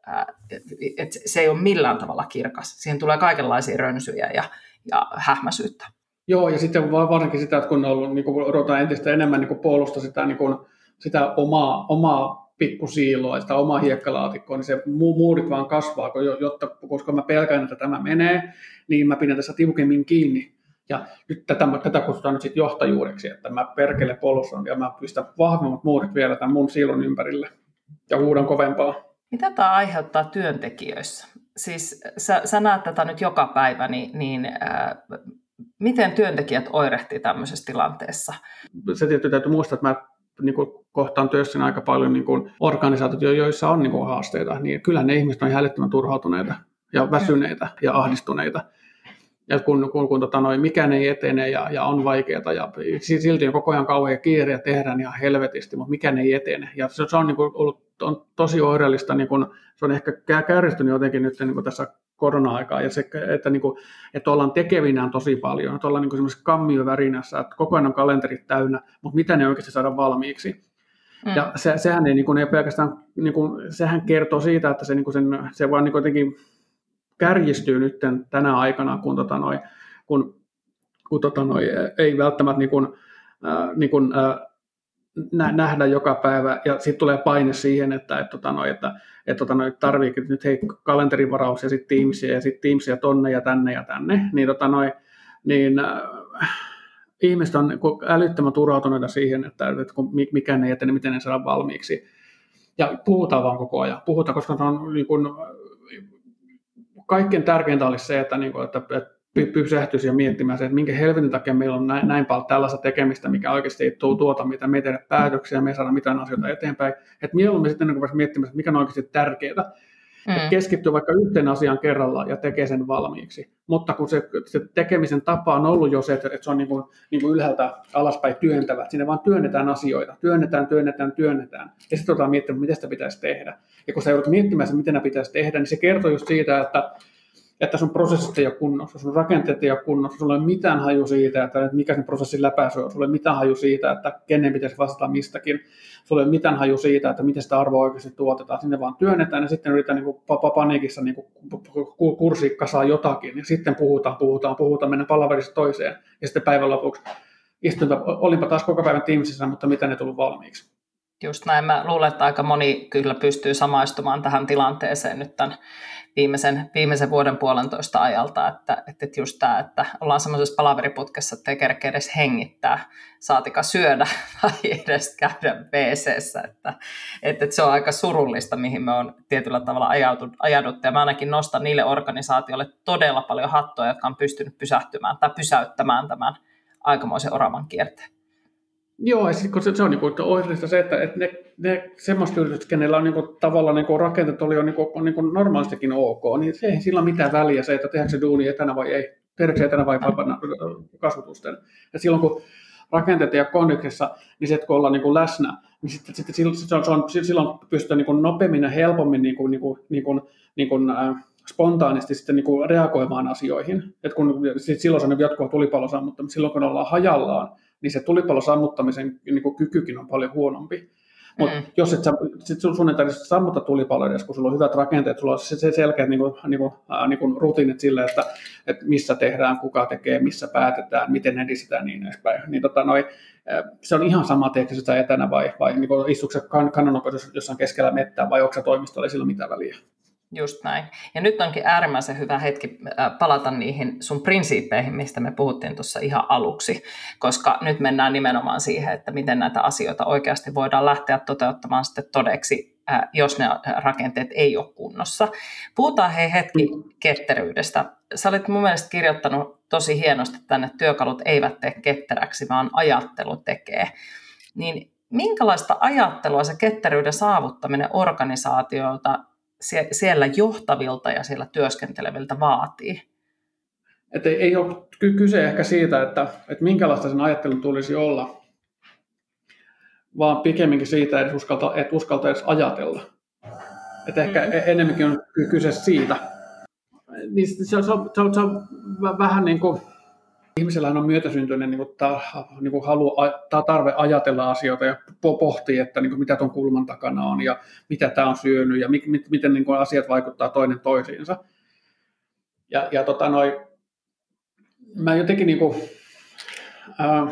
Speaker 1: Et se ei ole millään tavalla kirkas. Siihen tulee kaikenlaisia rönsyjä ja, ja hähmäisyyttä.
Speaker 2: Joo, ja sitten varsinkin sitä, että kun on ollut, niin kuin odotetaan entistä enemmän niin kuin puolusta sitä, niin kuin, sitä omaa, omaa pikkusiiloa, sitä omaa hiekkalaatikkoa, niin se muurit vaan kasvaa, jotta, koska mä pelkään, että tämä menee, niin mä pidän tässä tiukemmin kiinni. Ja nyt tätä, tätä kutsutaan nyt sitten johtajuudeksi, että mä perkele polson ja mä pistän vahvemmat muurit vielä tämän mun siilon ympärille ja huudan kovempaa.
Speaker 1: Mitä tämä aiheuttaa työntekijöissä? Siis sä, sä näet tätä nyt joka päivä, niin, niin äh, miten työntekijät oirehtii tämmöisessä tilanteessa?
Speaker 2: Se tietysti täytyy muistaa, että mä niin kuin kohtaan työssä aika paljon niin kuin organisaatioita, joissa on niin kuin haasteita, niin kyllä ne ihmiset on ihan älyttömän turhautuneita ja väsyneitä ja ahdistuneita. Ja kun, kun, kun tota, noin, mikään ei etene ja, ja on vaikeaa ja silti on koko ajan kauhean kiire ja tehdään ihan helvetisti, mutta mikään ei etene. Ja se, se on, niin kuin, ollut on tosi oireellista, niin kuin, se on ehkä kärjistynyt jotenkin nyt niin kuin tässä korona-aikaa, ja se, että, niin kuin, että ollaan tekevinään tosi paljon, että ollaan niin semmoisessa kammiovärinässä, että koko ajan on kalenterit täynnä, mutta mitä ne oikeasti saada valmiiksi. Mm. Ja se, sehän ei, niin kuin, ei pelkästään, niin kuin, sehän kertoo siitä, että se, niin kuin sen, se vaan niin kuin jotenkin kärjistyy nyt tänä aikana, kun, tota noi, kun, kun tota noi, ei välttämättä niin kuin, äh, niin kuin, äh, nähdä joka päivä, ja sitten tulee paine siihen, että, että, että, että, että, että tarviikin nyt hei, kalenterivaraus ja sitten Teamsia ja sitten Teamsia tonne ja tänne ja tänne, niin, tota, noi, niin äh, ihmiset on älyttömän turhautuneita siihen, että, että kun mikään ei etene, miten ne saadaan valmiiksi. Ja puhutaan vaan koko ajan. Puhutaan, koska se on niin kuin, kaikkein tärkeintä olisi se, että, niin kuin, että, että pysähtyisi ja miettimään se, että minkä helvetin takia meillä on näin, näin paljon tällaista tekemistä, mikä oikeasti ei tuota, mitä me ei tehdä päätöksiä, me ei saada mitään asioita eteenpäin. Että mieluummin sitten niin miettimään, että mikä on oikeasti tärkeää. Mm. Että keskittyy vaikka yhteen asiaan kerrallaan ja tekee sen valmiiksi. Mutta kun se, se tekemisen tapa on ollut jo se, että se on niin kuin, niin kuin ylhäältä alaspäin työntävä, että sinne vaan työnnetään asioita, työnnetään, työnnetään, työnnetään. Ja sitten otetaan miettimään, miten sitä pitäisi tehdä. Ja kun sä joudut miettimään, miten ne pitäisi tehdä, niin se kertoo just siitä, että että sun prosessit ei ole kunnossa, sun rakenteet ei ole kunnossa, sulla ei ole mitään haju siitä, että mikä sen prosessin läpäisy on, sulla ei ole mitään haju siitä, että kenen pitäisi vastata mistäkin, sulla ei ole mitään haju siitä, että miten sitä arvoa oikeasti tuotetaan, sinne vaan työnnetään ja sitten yritetään niin kuin paniikissa niin kuin kurssiikkasaa jotakin ja sitten puhutaan, puhutaan, puhutaan, mennään palaverista toiseen ja sitten päivän lopuksi istunta, olinpa taas koko päivän Teamsissa, mutta mitä ne tullut valmiiksi.
Speaker 1: Just näin, mä luulen, että aika moni kyllä pystyy samaistumaan tähän tilanteeseen nyt tämän viimeisen, viimeisen vuoden puolentoista ajalta, että, että just tämä, että ollaan semmoisessa palaveriputkessa, että ei kerkeä edes hengittää, saatika syödä tai edes käydä WC:ssä, että, että se on aika surullista, mihin me on tietyllä tavalla ajauduttu, ja mä ainakin nostan niille organisaatioille todella paljon hattua, jotka on pystynyt pysähtymään tai pysäyttämään tämän aikamoisen oravan kierteen.
Speaker 2: Joo, ja sitten se, se on niin oireellista se, että, että ne, ne semmoiset yritykset, kenellä on niin kuin, tavallaan niin kuin, rakenteet oli jo niin kuin, on niin kuin normaalistikin ok, niin se ei sillä ole mitään väliä se, että tehdäänkö se duuni etänä vai ei, tehdäänkö se etänä vai kasvatusten. Ja silloin kun rakenteet ja kondiksessa, niin se, kun ollaan niin kuin läsnä, niin sitten, sitten silloin, silloin pystytään niin kuin nopeammin ja helpommin niin kuin, niin kuin, niin kuin, niin kuin, äh, spontaanisti sitten niin kuin reagoimaan asioihin. Et kun, sit silloin se on jatkuva tulipalon sammuttaminen, mutta silloin kun ollaan hajallaan, niin se tulipalon sammuttamisen niin kuin kykykin on paljon huonompi. Mutta mm. jos et sä, sit sun ei tarvitse sammuttaa tulipaloa edes, kun sulla on hyvät rakenteet, sulla on se selkeät niin kuin, niin kuin, äh, niin kuin rutiinit sille, että, että missä tehdään, kuka tekee, missä päätetään, miten edistetään niin edespäin. Niin, tota, noi, äh, se on ihan sama, teekö sitä etänä vai, vai niin istuuko se kannanopeudessa jossain keskellä mettää vai onko se toimistolla, ei sillä mitään väliä.
Speaker 1: Just näin. Ja nyt onkin äärimmäisen hyvä hetki palata niihin sun prinsiippeihin, mistä me puhuttiin tuossa ihan aluksi, koska nyt mennään nimenomaan siihen, että miten näitä asioita oikeasti voidaan lähteä toteuttamaan sitten todeksi, jos ne rakenteet ei ole kunnossa. Puhutaan hei hetki ketteryydestä. Sä olit mun mielestä kirjoittanut tosi hienosti tänne, että työkalut eivät tee ketteräksi, vaan ajattelu tekee. Niin minkälaista ajattelua se ketteryyden saavuttaminen organisaatioilta siellä johtavilta ja siellä työskenteleviltä vaatii?
Speaker 2: Että ei, ei ole kyse ehkä siitä, että, että minkälaista sen ajattelun tulisi olla, vaan pikemminkin siitä, että uskalta, että uskalta edes ajatella. Että ehkä mm. enemmänkin on kyse siitä. Niin se, on, se, on, se, on, se on vähän niin kuin, ihmisellähän on myötäsyntyinen niin kuin ta, niin kuin halu, ta, tarve ajatella asioita ja pohtia, että niin kuin mitä tuon kulman takana on ja mitä tämä on syönyt ja mi, miten niin kuin asiat vaikuttaa toinen toisiinsa. Ja, ja tota noi, mä jotenkin niin kuin, ää,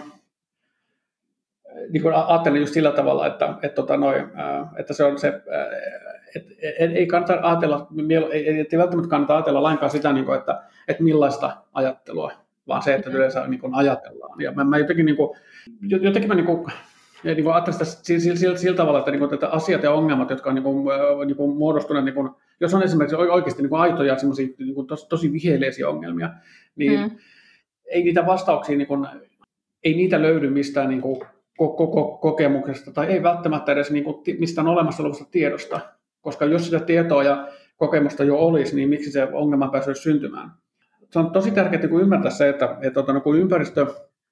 Speaker 2: niin kuin ajattelen just sillä tavalla, että, että, tota noi, ää, että se on se, ää, et, et, ei kannata ajatella, ei, ei välttämättä kannata ajatella lainkaan sitä, niin kuin, että, että millaista ajattelua, vaan se, että yleensä niin kuin ajatellaan. Ja mä, mä jotenkin, niin kuin, jotenkin mä niin kuin, niin kuin ajattelen sitä sillä, sillä, sillä tavalla, että, niin kuin, että asiat ja ongelmat, jotka on niin kuin, niin kuin muodostuneet, niin kuin, jos on esimerkiksi oikeasti niin kuin aitoja semmoisia niin kuin tos, tosi viheliäisiä ongelmia, niin mm. ei niitä vastauksia, niin kuin, ei niitä löydy mistään niin kuin, koko kokemuksesta tai ei välttämättä edes niin kuin, mistään olemassa olevasta tiedosta, koska jos sitä tietoa ja kokemusta jo olisi, niin miksi se ongelma pääsee syntymään. Se on tosi tärkeää niin ymmärtää se, että, että kun ympäristö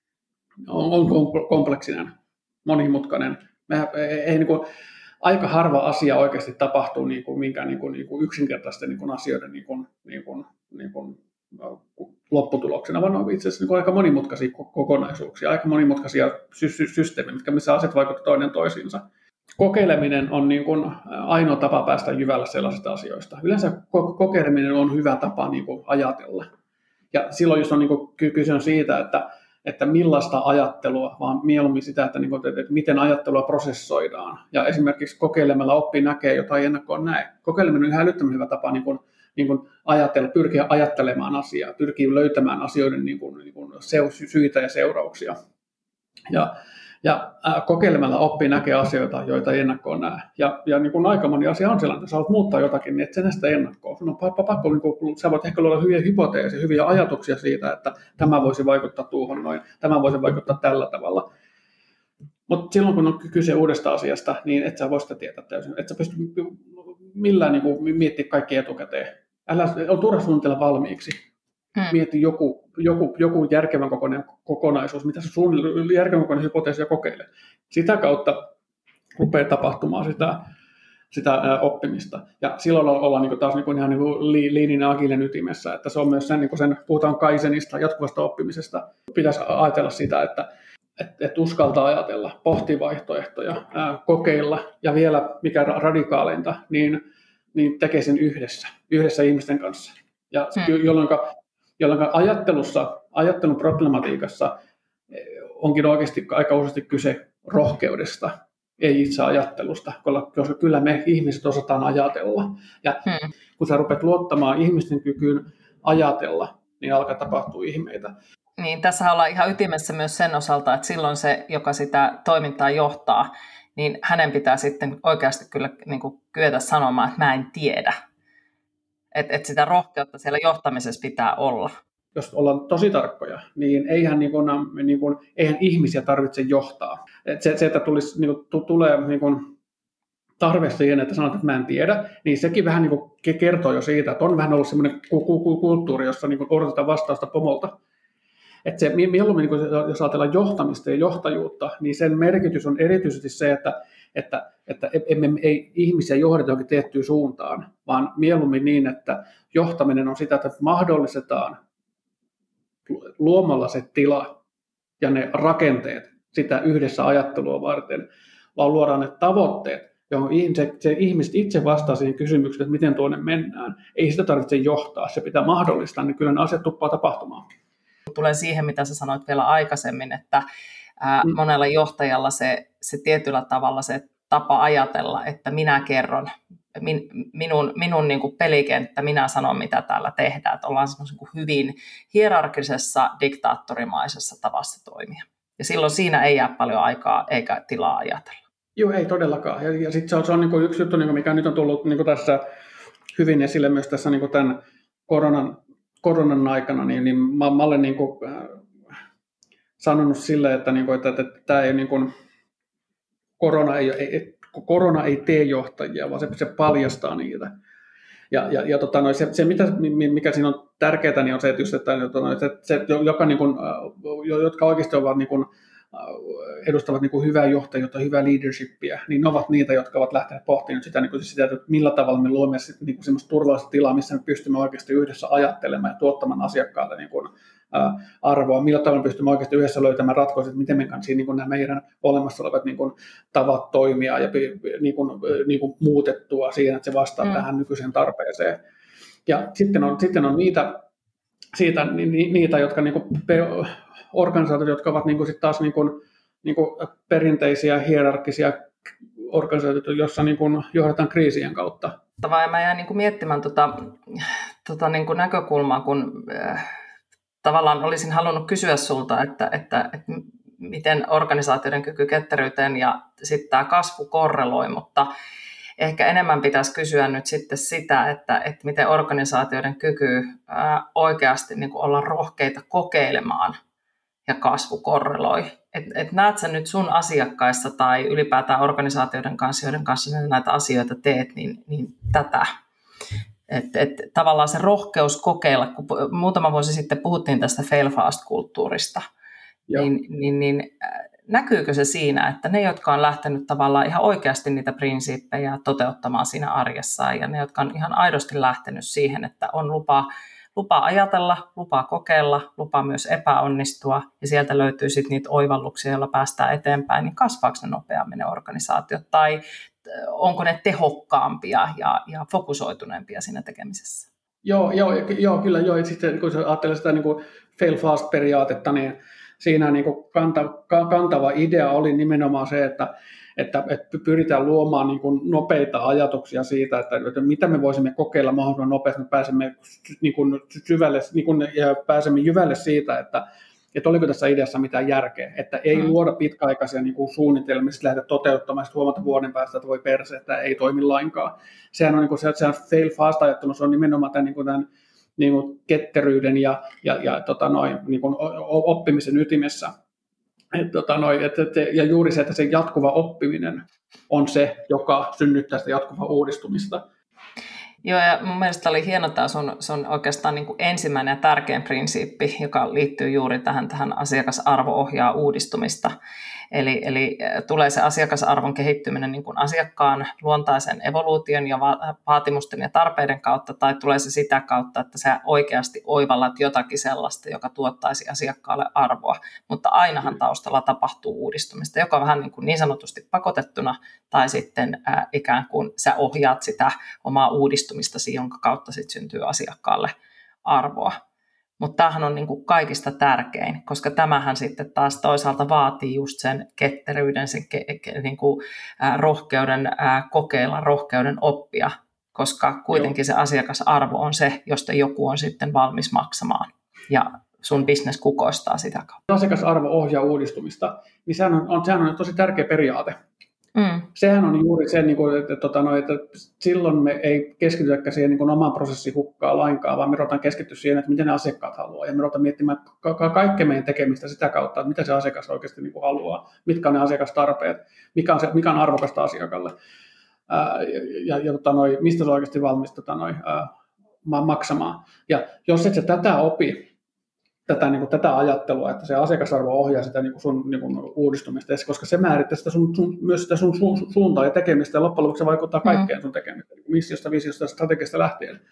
Speaker 2: on, on kompleksinen, monimutkainen, me, ei, niin kuin, aika harva asia oikeasti tapahtuu niin kuin, minkään niin kuin, niin kuin yksinkertaisten niin kuin asioiden niin kuin, niin kuin, niin kuin, lopputuloksena, vaan on itse asiassa niin aika monimutkaisia kokonaisuuksia, aika monimutkaisia sy- sy- systeemejä, mitkä missä asiat vaikuttavat toinen toisiinsa. Kokeileminen on niin kuin ainoa tapa päästä jyvällä sellaisista asioista. Yleensä kokeileminen on hyvä tapa niin kuin ajatella. Ja silloin, jos on niin kuin kyse on siitä, että, että millaista ajattelua, vaan mieluummin sitä, että, niin kuin, että miten ajattelua prosessoidaan. Ja esimerkiksi kokeilemalla oppii näkee jotain ennakkoon näin. Kokeileminen on ihan älyttömän hyvä tapa niin kuin, niin kuin ajatella, pyrkiä ajattelemaan asiaa, pyrkiä löytämään asioiden niin kuin, niin kuin syitä ja seurauksia. Ja, ja äh, kokeilemalla oppii näkee asioita, joita ei ennakkoon näe. Ja, ja niin kuin aika moni asia on sellainen, että sä haluat muuttaa jotakin, niin et sä näe sitä ennakkoon. Sun on pakko, niin kuin, sä voit ehkä luoda hyviä hypoteeseja, hyviä ajatuksia siitä, että tämä voisi vaikuttaa tuohon noin, tämä voisi vaikuttaa tällä tavalla. Mutta silloin, kun on kyse uudesta asiasta, niin et sä voi sitä tietää täysin. Et sä pysty millään niin kuin miettimään kaikki etukäteen. Älä ole turha suunnitella valmiiksi. Hmm. Mieti joku, joku, joku järkevän kokoinen kokonaisuus, mitä se sun järkevän kokoinen hypoteesia kokeile. Sitä kautta rupeaa tapahtumaan sitä, sitä oppimista. Ja silloin ollaan niin kuin taas niin kuin ihan niin kuin liinin agilen ytimessä, että se on myös sen, niin kuin sen puhutaan kaizenista, jatkuvasta oppimisesta. Pitäisi ajatella sitä, että että et uskaltaa ajatella, pohtia vaihtoehtoja, ää, kokeilla ja vielä mikä radikaaleinta, niin, niin tekee sen yhdessä, yhdessä ihmisten kanssa. Ja hmm. jolloin, jolloin ajattelussa, ajattelun problematiikassa onkin oikeasti aika useasti kyse rohkeudesta, ei itse ajattelusta, koska kyllä me ihmiset osataan ajatella. Ja hmm. kun sä rupeat luottamaan ihmisten kykyyn ajatella, niin alkaa tapahtua ihmeitä.
Speaker 1: Niin, tässä ollaan ihan ytimessä myös sen osalta, että silloin se, joka sitä toimintaa johtaa, niin hänen pitää sitten oikeasti kyllä niin kuin kyetä sanomaan, että mä en tiedä. Että et sitä rohkeutta siellä johtamisessa pitää olla.
Speaker 2: Jos ollaan tosi tarkkoja, niin eihän, niin kuin, niin kuin, eihän ihmisiä tarvitse johtaa. Et se, se, että tulisi, niin kuin, tulee niin kuin, tarve siihen, että sanot, että mä en tiedä, niin sekin vähän niin kuin, kertoo jo siitä, että on vähän ollut sellainen kulttuuri, jossa niin kuin, odotetaan vastausta pomolta. että se mieluummin, niin jos ajatellaan johtamista ja johtajuutta, niin sen merkitys on erityisesti se, että, että, että emme, ei ihmisiä johdeta johonkin tiettyyn suuntaan, vaan mieluummin niin, että johtaminen on sitä, että mahdollistetaan luomalla se tila ja ne rakenteet sitä yhdessä ajattelua varten, vaan luodaan ne tavoitteet, johon ihmiset, se ihmiset itse vastaa siihen kysymykseen, että miten tuonne mennään. Ei sitä tarvitse johtaa, se pitää mahdollistaa, niin kyllä ne asiat tuppaa tapahtumaan.
Speaker 1: Tulee siihen, mitä sä sanoit vielä aikaisemmin, että ää, mm. monella johtajalla se, se tietyllä tavalla se tapa ajatella, että minä kerron, min, minun, minun niin kuin pelikenttä, minä sanon, mitä täällä tehdään, että ollaan semmoisen kuin hyvin hierarkisessa, diktaattorimaisessa tavassa toimia. Ja silloin siinä ei jää paljon aikaa eikä tilaa ajatella.
Speaker 2: Joo, ei todellakaan. Ja, ja sitten se on, se on niin kuin yksi juttu, niin kuin mikä nyt on tullut niin kuin tässä hyvin esille myös tässä niin kuin tämän koronan, koronan aikana, niin, niin mä, mä olen niin kuin, äh, sanonut silleen, että, niin kuin, että, että, että tämä ei, niin kuin, korona, ei, ei, korona ei tee johtajia, vaan se, se paljastaa niitä. Ja, ja, ja tota, no, se, se, mitä, mikä siinä on tärkeää, niin on se, että, just, että, että se, joka, niin kuin, jotka oikeasti ovat niin kuin, edustavat niin kuin hyvää johtajuutta, hyvää leadershipia, niin ne ovat niitä, jotka ovat lähteneet pohtimaan sitä, niin kuin sitä että millä tavalla me luomme niin kuin semmoista turvallista tilaa, missä me pystymme oikeasti yhdessä ajattelemaan ja tuottamaan asiakkaalle niin kuin, ä, arvoa, millä tavalla me pystymme oikeasti yhdessä löytämään ratkaisuja, että miten me kanssa niin kuin nämä meidän olemassa olevat niin kuin, tavat toimia ja niin kuin, niin kuin muutettua siihen, että se vastaa mm. tähän nykyiseen tarpeeseen. Ja sitten on, sitten on niitä, siitä, ni, niitä, jotka niin kuin, organisaatiot, jotka ovat niin kuin, sit taas niin kuin, niin kuin perinteisiä hierarkkisia organisaatioita, joissa niin kuin, johdetaan kriisien kautta.
Speaker 1: Mä jäin niin kuin miettimään tuota, tuota niin kuin näkökulmaa, kun äh, tavallaan olisin halunnut kysyä sulta, että, että, että miten organisaatioiden kyky ketteryyteen ja sitten tämä kasvu korreloi, mutta ehkä enemmän pitäisi kysyä nyt sitten sitä, että, että miten organisaatioiden kyky ää, oikeasti niin kuin olla rohkeita kokeilemaan ja kasvu korreloi. Et, et näet sä nyt sun asiakkaissa tai ylipäätään organisaatioiden kanssa, joiden kanssa näitä asioita teet, niin, niin tätä. Et, et, tavallaan se rohkeus kokeilla, kun muutama vuosi sitten puhuttiin tästä fail fast-kulttuurista, niin, niin, niin näkyykö se siinä, että ne, jotka on lähtenyt tavallaan ihan oikeasti niitä prinsiippejä toteuttamaan siinä arjessaan, ja ne, jotka on ihan aidosti lähtenyt siihen, että on lupa, lupa ajatella, lupa kokeilla, lupa myös epäonnistua, ja sieltä löytyy sitten niitä oivalluksia, joilla päästään eteenpäin, niin kasvaako ne nopeammin ne organisaatiot, tai onko ne tehokkaampia ja, ja fokusoituneempia siinä tekemisessä?
Speaker 2: Joo, joo, joo kyllä joo. Ja sitten kun ajattelee sitä niin kuin fail fast-periaatetta, niin siinä niin kuin kantava idea oli nimenomaan se, että, että, että pyritään luomaan niin kuin nopeita ajatuksia siitä, että, että mitä me voisimme kokeilla mahdollisimman nopeasti, että pääsemme, niin kuin syvälle, niin kuin, ja pääsemme jyvälle siitä, että, että oliko tässä ideassa mitään järkeä, että ei mm. luoda pitkäaikaisia niin kuin suunnitelmia, sitten lähdetä toteuttamaan, sitten huomata vuoden päästä, että voi perse, että ei toimi lainkaan. Sehän on niin kuin se, se fail fast-ajattelu, se on nimenomaan tämän, niin kuin tämän niin kuin ketteryyden ja, ja, ja tota noin, niin kuin oppimisen ytimessä. Et, tota noin, et, et, ja juuri se, että se jatkuva oppiminen on se, joka synnyttää sitä jatkuvaa uudistumista.
Speaker 1: Joo, ja mun mielestä oli hieno tämä sun, sun oikeastaan niin kuin ensimmäinen ja tärkein prinsiippi, joka liittyy juuri tähän, tähän asiakasarvo ohjaa uudistumista. Eli, eli tulee se asiakasarvon kehittyminen niin kuin asiakkaan luontaisen evoluution ja vaatimusten ja tarpeiden kautta, tai tulee se sitä kautta, että sä oikeasti oivallat jotakin sellaista, joka tuottaisi asiakkaalle arvoa. Mutta ainahan taustalla tapahtuu uudistumista, joka on vähän niin, kuin niin sanotusti pakotettuna, tai sitten ää, ikään kuin sä ohjaat sitä omaa uudistumistasi, jonka kautta sitten syntyy asiakkaalle arvoa. Mutta tämähän on niin kuin kaikista tärkein, koska tämähän sitten taas toisaalta vaatii just sen ketteryyden, sen ke- ke- niin kuin, ää, rohkeuden ää, kokeilla, rohkeuden oppia, koska kuitenkin Joo. se asiakasarvo on se, josta joku on sitten valmis maksamaan ja sun business kukoistaa sitä kautta.
Speaker 2: Asiakasarvo ohjaa uudistumista, niin sehän on, on, sehän on tosi tärkeä periaate. Mm. Sehän on juuri se, että, että, että silloin me ei keskitytäkään siihen niin oman prosessin hukkaan lainkaan, vaan me ruvetaan keskittyä siihen, että miten ne asiakkaat haluaa. Ja me ruvetaan miettimään ka- kaikkea meidän tekemistä sitä kautta, että mitä se asiakas oikeasti niin haluaa, mitkä on ne asiakastarpeet, mikä on, se, mikä on arvokasta asiakkaalle ää, ja, ja tota, noi, mistä se on oikeasti valmis tota, noi, ää, maksamaan. Ja jos et sä tätä opi, tätä, niin kuin, tätä ajattelua, että se asiakasarvo ohjaa sitä niin kuin sun niin kuin, uudistumista, koska se määrittää sitä sun, sun, myös sitä sun su, suuntaa ja tekemistä, ja loppujen lopuksi se vaikuttaa kaikkeen sun tekemistä, niin missiosta, visiosta ja strategiasta lähtien.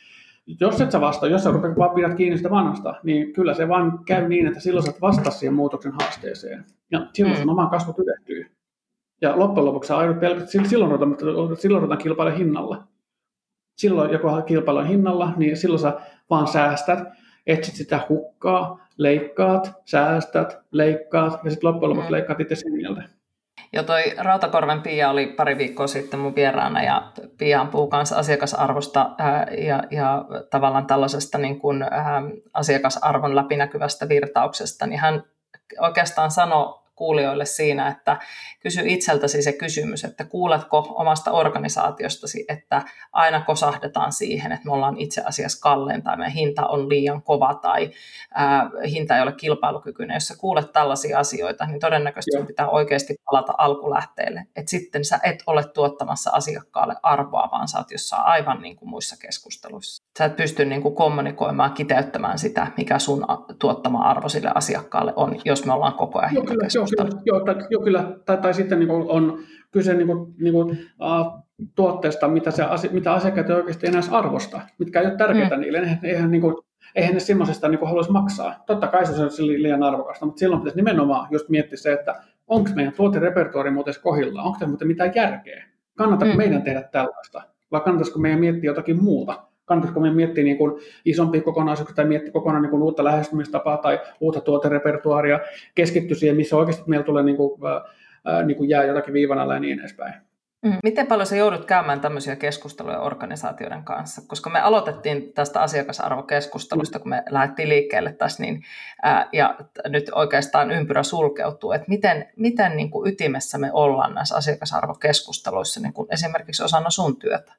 Speaker 2: Jos et sä vastaa, jos sä vaan pidät kiinni sitä vanhasta, niin kyllä se vaan käy niin, että silloin sä et vastaa siihen muutoksen haasteeseen, ja silloin sun oma kasvu tyrehtyy. Ja loppujen lopuksi sä aidut pelkästään, silloin ruvetaan, silloin ruvetaan kilpailemaan hinnalla. Silloin joku kilpailun hinnalla, niin silloin sä vaan säästät, etsit sitä hukkaa, leikkaat, säästät, leikkaat ja sitten loppujen lopuksi mm. leikkaat itse sen mieltä.
Speaker 1: Ja toi Rautakorven Pia oli pari viikkoa sitten mun vieraana ja Pia puhuu kanssa asiakasarvosta ää, ja, ja tavallaan tällaisesta niin kuin, ää, asiakasarvon läpinäkyvästä virtauksesta, niin hän oikeastaan sanoi kuulijoille siinä, että kysy itseltäsi se kysymys, että kuuletko omasta organisaatiostasi, että aina kosahdetaan siihen, että me ollaan itse asiassa kallein tai meidän hinta on liian kova tai ää, hinta ei ole kilpailukykyinen. Jos sä kuulet tällaisia asioita, niin todennäköisesti sun pitää oikeasti palata alkulähteelle. Että sitten sä et ole tuottamassa asiakkaalle arvoa, vaan sä oot jossain aivan niin kuin muissa keskusteluissa. Sä et pysty niin kuin kommunikoimaan, kiteyttämään sitä, mikä sun tuottama arvo sille asiakkaalle on, jos me ollaan koko ajan hintakeskustelussa.
Speaker 2: Joo, tai, joo, kyllä. Tai, tai sitten niin kuin on kyse niin kuin, niin kuin, uh, tuotteesta, mitä, se, mitä asiakkaat ei oikeasti enää arvosta, mitkä ei ole tärkeitä mm. niille. Eihän, eihän, niin kuin, eihän ne semmoisesta niin kuin haluaisi maksaa. Totta kai se on liian arvokasta, mutta silloin pitäisi nimenomaan just miettiä se, että onko meidän tuoterepertuaari muuten kohdillaan, onko tässä muuten mitään järkeä. Kannattaako mm. meidän tehdä tällaista, vai kannattaisiko meidän miettiä jotakin muuta? Kannattaisiko meidän miettiä niin kuin isompia kokonaisuuksia tai miettiä kokonaan niin kuin uutta lähestymistapaa tai uutta tuoterepertuaaria, keskittyä siihen, missä oikeasti meillä tulee niin kuin, ää, niin kuin jää jotakin viivan alla ja niin edespäin.
Speaker 1: Mm. Miten paljon sä joudut käymään tämmöisiä keskusteluja organisaatioiden kanssa? Koska me aloitettiin tästä asiakasarvokeskustelusta, kun me lähdettiin liikkeelle tässä, niin, ää, ja nyt oikeastaan ympyrä sulkeutuu, että miten, miten niin kuin ytimessä me ollaan näissä asiakasarvokeskusteluissa, niin kuin esimerkiksi osana sun työtä?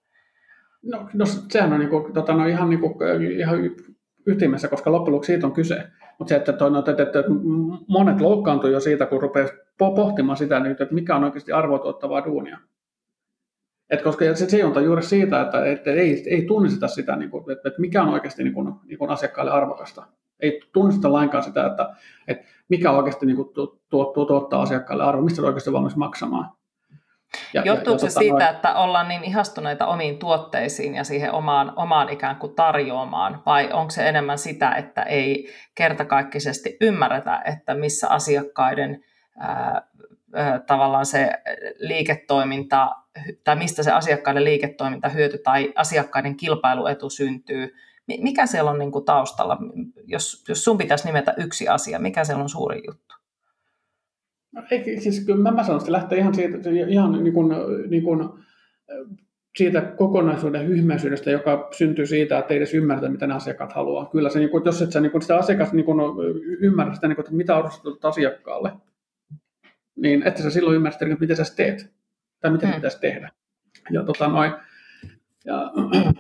Speaker 2: No, no sehän on, niin kuin, tota, no, ihan, niin kuin, ihan ytimessä, koska loppujen lopuksi siitä on kyse. Mutta se, että, toi, no, että, että monet loukkaantuu jo siitä, kun rupeaa pohtimaan sitä, että mikä on oikeasti arvoa tuottavaa duunia. Et koska se, se on juuri siitä, että, että ei, ei tunnisteta sitä, niin kuin, että mikä on oikeasti niin kuin, niin kuin asiakkaalle arvokasta. Ei tunnisteta lainkaan sitä, että, että mikä oikeasti niin kuin, tuo, tuo, tuottaa asiakkaalle arvoa, mistä se oikeasti on valmis maksamaan.
Speaker 1: Ja, Johtuuko se siitä, noin... että ollaan niin ihastuneita omiin tuotteisiin ja siihen omaan, omaan ikään kuin tarjoamaan, vai onko se enemmän sitä, että ei kertakaikkisesti ymmärretä, että missä asiakkaiden ää, ää, tavallaan se liiketoiminta, tai mistä se asiakkaiden liiketoiminta hyöty tai asiakkaiden kilpailuetu syntyy? Mikä siellä on niin kuin taustalla, jos, jos sun pitäisi nimetä yksi asia, mikä siellä on suuri juttu?
Speaker 2: No, ei, siis kyllä mä sanon, että se lähtee ihan siitä, ihan niin kuin, niin kuin, siitä kokonaisuuden hyhmäisyydestä, joka syntyy siitä, että ei edes ymmärretä, mitä ne asiakkaat haluaa. Kyllä se, niin kuin, jos et sä niin kuin, sitä asiakas niin kuin, ymmärrä sitä, niin kuin, että mitä arvostat asiakkaalle, niin että sä silloin ymmärrät, että mitä sä teet tai mitä hmm. pitäisi tehdä. Ja, tota, noin, ja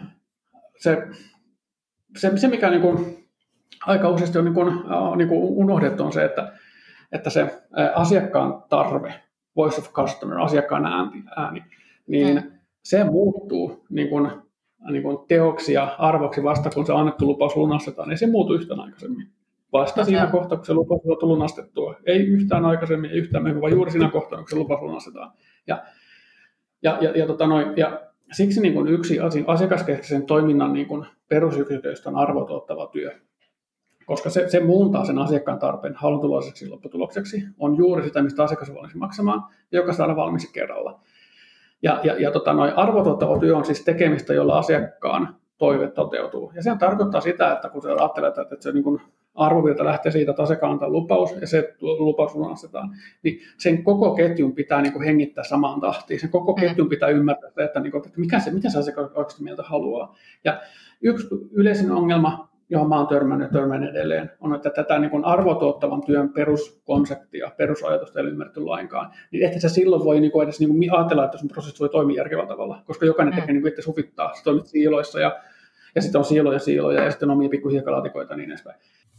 Speaker 2: se, se, se, mikä niin kuin, aika useasti on niin kuin, niin kuin unohdettu, on se, että että se asiakkaan tarve, voice of customer, asiakkaan ääni, ääni niin mm. se muuttuu niin kuin, niin kuin teoksi ja arvoksi vasta, kun se annettu lupaus lunastetaan, niin se muuttuu yhtään aikaisemmin. Vasta okay. siinä kohtaa, kun se lupaus on lunastettua. Ei yhtään aikaisemmin, ei yhtään myöhemmin, vaan juuri siinä kohtaa, kun se lupaus lunastetaan. Ja, ja, ja, ja, tota noin, ja siksi niin kuin yksi asiakaskeskeisen toiminnan niin kuin perusyksiköistä on arvotuottava työ. Koska se, se muuntaa sen asiakkaan tarpeen halutulaiseksi lopputulokseksi, on juuri sitä, mistä asiakas on valmis maksamaan, joka saadaan valmiiksi kerralla. Ja, ja, ja tota, noi arvotuottava työ on siis tekemistä, jolla asiakkaan toive toteutuu. Ja se tarkoittaa sitä, että kun se ajattelee, että, että se niin kuin arvovirta lähtee siitä, että asiakkaan antaa lupaus ja se lupaus lunastetaan, niin sen koko ketjun pitää niin kuin hengittää samaan tahtiin. Sen koko ketjun pitää ymmärtää, että, niin kuin, että mikä se, mitä se asiakas oikeasti mieltä haluaa. Ja yksi yleisin ongelma, johon mä oon törmännyt ja törmännyt edelleen, on, että tätä niin kuin arvotuottavan työn peruskonseptia, perusajatusta ei ole ymmärretty lainkaan. Niin että sä silloin voi niin kuin edes niin kuin ajatella, että sun prosessi voi toimia järkevällä tavalla, koska jokainen tekee niin kuin itse suvittaa. Sä toimit siiloissa ja, ja sitten on siiloja siiloja ja sitten on omia pikkuhiekkalaatikoita ja niin edespäin.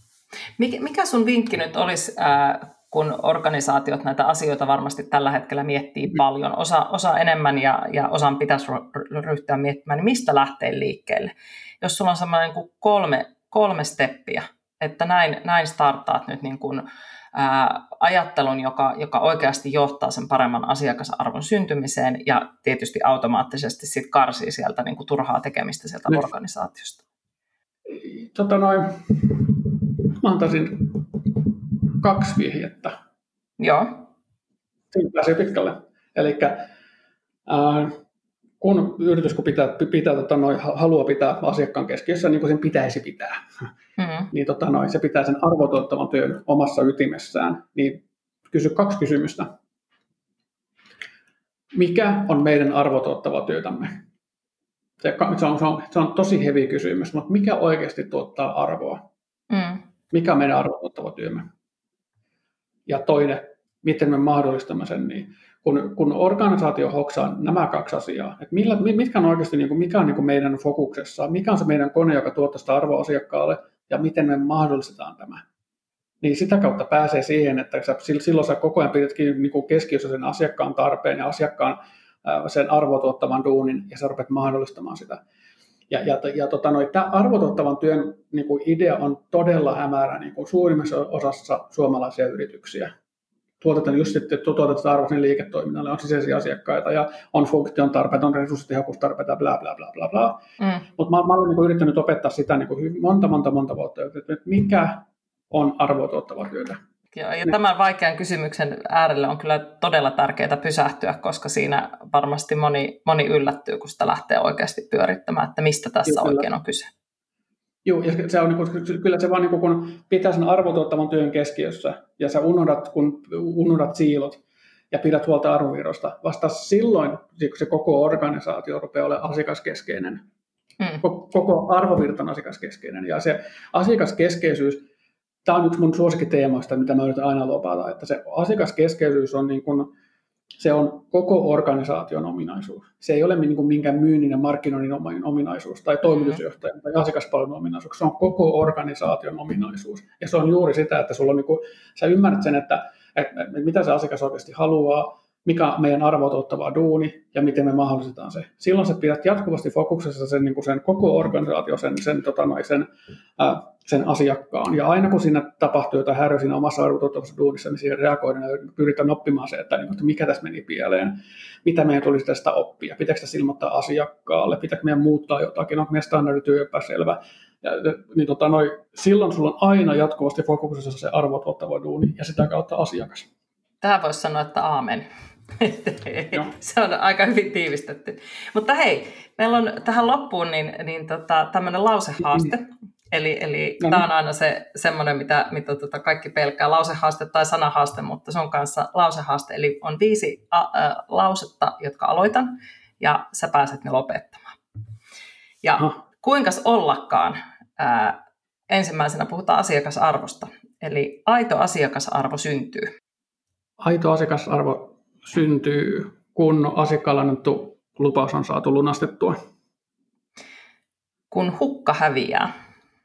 Speaker 1: Mikä sun vinkki nyt olisi, äh, kun organisaatiot näitä asioita varmasti tällä hetkellä miettii paljon, osa, osa enemmän ja, ja osan pitäisi ryhtyä miettimään, niin mistä lähtee liikkeelle? Jos sulla on semmoinen kuin kolme, kolme steppiä, että näin, näin startaat nyt niin kuin, ää, ajattelun, joka, joka oikeasti johtaa sen paremman asiakasarvon syntymiseen ja tietysti automaattisesti sit karsii sieltä niin kuin turhaa tekemistä sieltä nyt organisaatiosta.
Speaker 2: Tota noin, mä antaisin kaksi vihjettä.
Speaker 1: Joo.
Speaker 2: Siinä pääsee pitkälle. Eli kun yritys kun pitää, pitää, tota noin, haluaa pitää asiakkaan keskiössä, niin kuin sen pitäisi pitää, mm-hmm. niin tota noin, se pitää sen arvotuottavan työn omassa ytimessään. Niin kysy kaksi kysymystä. Mikä on meidän arvotuottava työtämme? Se, se, on, se, on, se on tosi heavy kysymys, mutta mikä oikeasti tuottaa arvoa? Mm. Mikä on meidän arvotuottava työmme? Ja toinen, miten me mahdollistamme sen niin? Kun, kun organisaatio hoksaa nämä kaksi asiaa, että millä, mitkä on oikeasti, niin kuin, mikä on niin kuin meidän fokuksessa, mikä on se meidän kone, joka tuottaa sitä arvoa asiakkaalle, ja miten me mahdollistetaan tämä, niin sitä kautta pääsee siihen, että sä, silloin sä koko ajan pidätkin niin kuin keskiössä sen asiakkaan tarpeen ja asiakkaan ää, sen arvotuottavan duunin, ja sä rupeat mahdollistamaan sitä. Ja, ja, ja tota, no, tämä arvotuottavan työn niin kuin idea on todella hämärä niin kuin suurimmassa osassa suomalaisia yrityksiä. Tuotetaan just sitten, tuotetaan arvoisen liiketoiminnalle, on sisäisiä asiakkaita ja on funktion tarpeita, on resurssitehokkuustarpeita, bla bla bla bla bla. Mm. Mutta mä, mä olen niin kuin yrittänyt opettaa sitä niin kuin monta, monta, monta vuotta, että mikä on arvotuottava työtä.
Speaker 1: Joo, ja tämän vaikean kysymyksen äärelle on kyllä todella tärkeää pysähtyä, koska siinä varmasti moni, moni yllättyy, kun sitä lähtee oikeasti pyörittämään, että mistä tässä Joo, oikein on kyse.
Speaker 2: Joo, ja se on, niin kuin, kyllä se vaan niin kuin, kun pitää sen arvotuottavan työn keskiössä, ja sä unohdat, kun unohdat siilot ja pidät huolta arvovirrosta, vasta silloin, kun se koko organisaatio rupeaa olemaan asiakaskeskeinen. Mm. Koko arvovirta on asiakaskeskeinen, ja se asiakaskeskeisyys, tämä on yksi mun suosikkiteemoista, mitä mä yritän aina lopata, että se asiakaskeskeisyys on, niin kuin, se on koko organisaation ominaisuus. Se ei ole niin kuin minkään myynnin ja markkinoinnin ominaisuus tai toimitusjohtajan tai asiakaspalvelun ominaisuus. Se on koko organisaation ominaisuus. Ja se on juuri sitä, että sulla on niin kuin, sä ymmärrät sen, että, että mitä se asiakas oikeasti haluaa, mikä on meidän arvotuottava duuni ja miten me mahdollistetaan se. Silloin sä pidät jatkuvasti fokuksessa sen, niin kuin sen koko organisaation, sen, sen, tota noin, sen, äh, sen asiakkaan. Ja aina kun siinä tapahtuu jotain härryä siinä omassa arvotuottavassa duunissa, niin siihen reagoidaan ja pyritään oppimaan se, että, että mikä tässä meni pieleen, mitä meidän tulisi tästä oppia, pitääkö tässä ilmoittaa asiakkaalle, pitääkö meidän muuttaa jotakin, onko meidän standardityö epäselvä. Ja, niin tota noin, silloin sulla on aina jatkuvasti fokuksessa se arvotuottava duuni ja sitä kautta asiakas.
Speaker 1: Tähän voisi sanoa, että aamen. Se on aika hyvin tiivistetty. Mutta hei, meillä on tähän loppuun niin, niin tota, tämmöinen lausehaaste. Eli, eli no. Tämä on aina se semmoinen, mitä, mitä tota kaikki pelkää, lausehaaste tai sanahaaste, mutta se on kanssa lausehaaste. Eli on viisi a, ä, lausetta, jotka aloitan, ja sä pääset ne lopettamaan. Ja oh. kuinkas ollakaan, ää, ensimmäisenä puhutaan asiakasarvosta. Eli aito asiakasarvo syntyy.
Speaker 2: Aito asiakasarvo syntyy, kun asiakkaalla annettu lupaus on saatu lunastettua.
Speaker 1: Kun hukka häviää.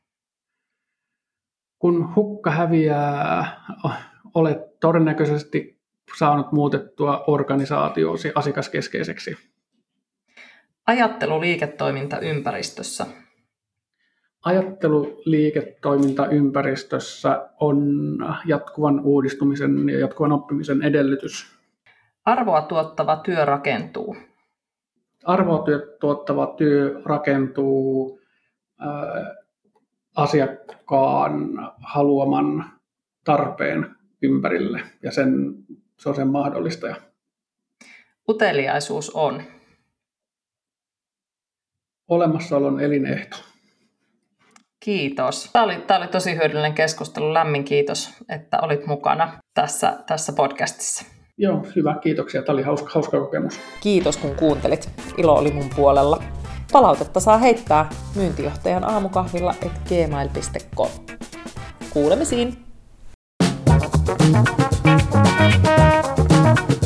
Speaker 2: Kun hukka häviää, olet todennäköisesti saanut muutettua organisaatiosi asiakaskeskeiseksi.
Speaker 1: Ajattelu liiketoimintaympäristössä.
Speaker 2: Ajattelu liiketoimintaympäristössä on jatkuvan uudistumisen ja jatkuvan oppimisen edellytys.
Speaker 1: Arvoa tuottava työ rakentuu.
Speaker 2: Arvoa tuottava työ rakentuu äh, asiakkaan haluaman tarpeen ympärille, ja sen, se on sen mahdollistaja.
Speaker 1: Uteliaisuus on
Speaker 2: olemassaolon elinehto.
Speaker 1: Kiitos. Tämä oli, tämä oli tosi hyödyllinen keskustelu. Lämmin kiitos, että olit mukana tässä, tässä podcastissa.
Speaker 2: Joo, hyvä. Kiitoksia. Tämä oli hauska, hauska kokemus.
Speaker 1: Kiitos, kun kuuntelit. Ilo oli mun puolella. Palautetta saa heittää myyntijohtajan aamukahvilla at gmail piste com. Kuulemisiin!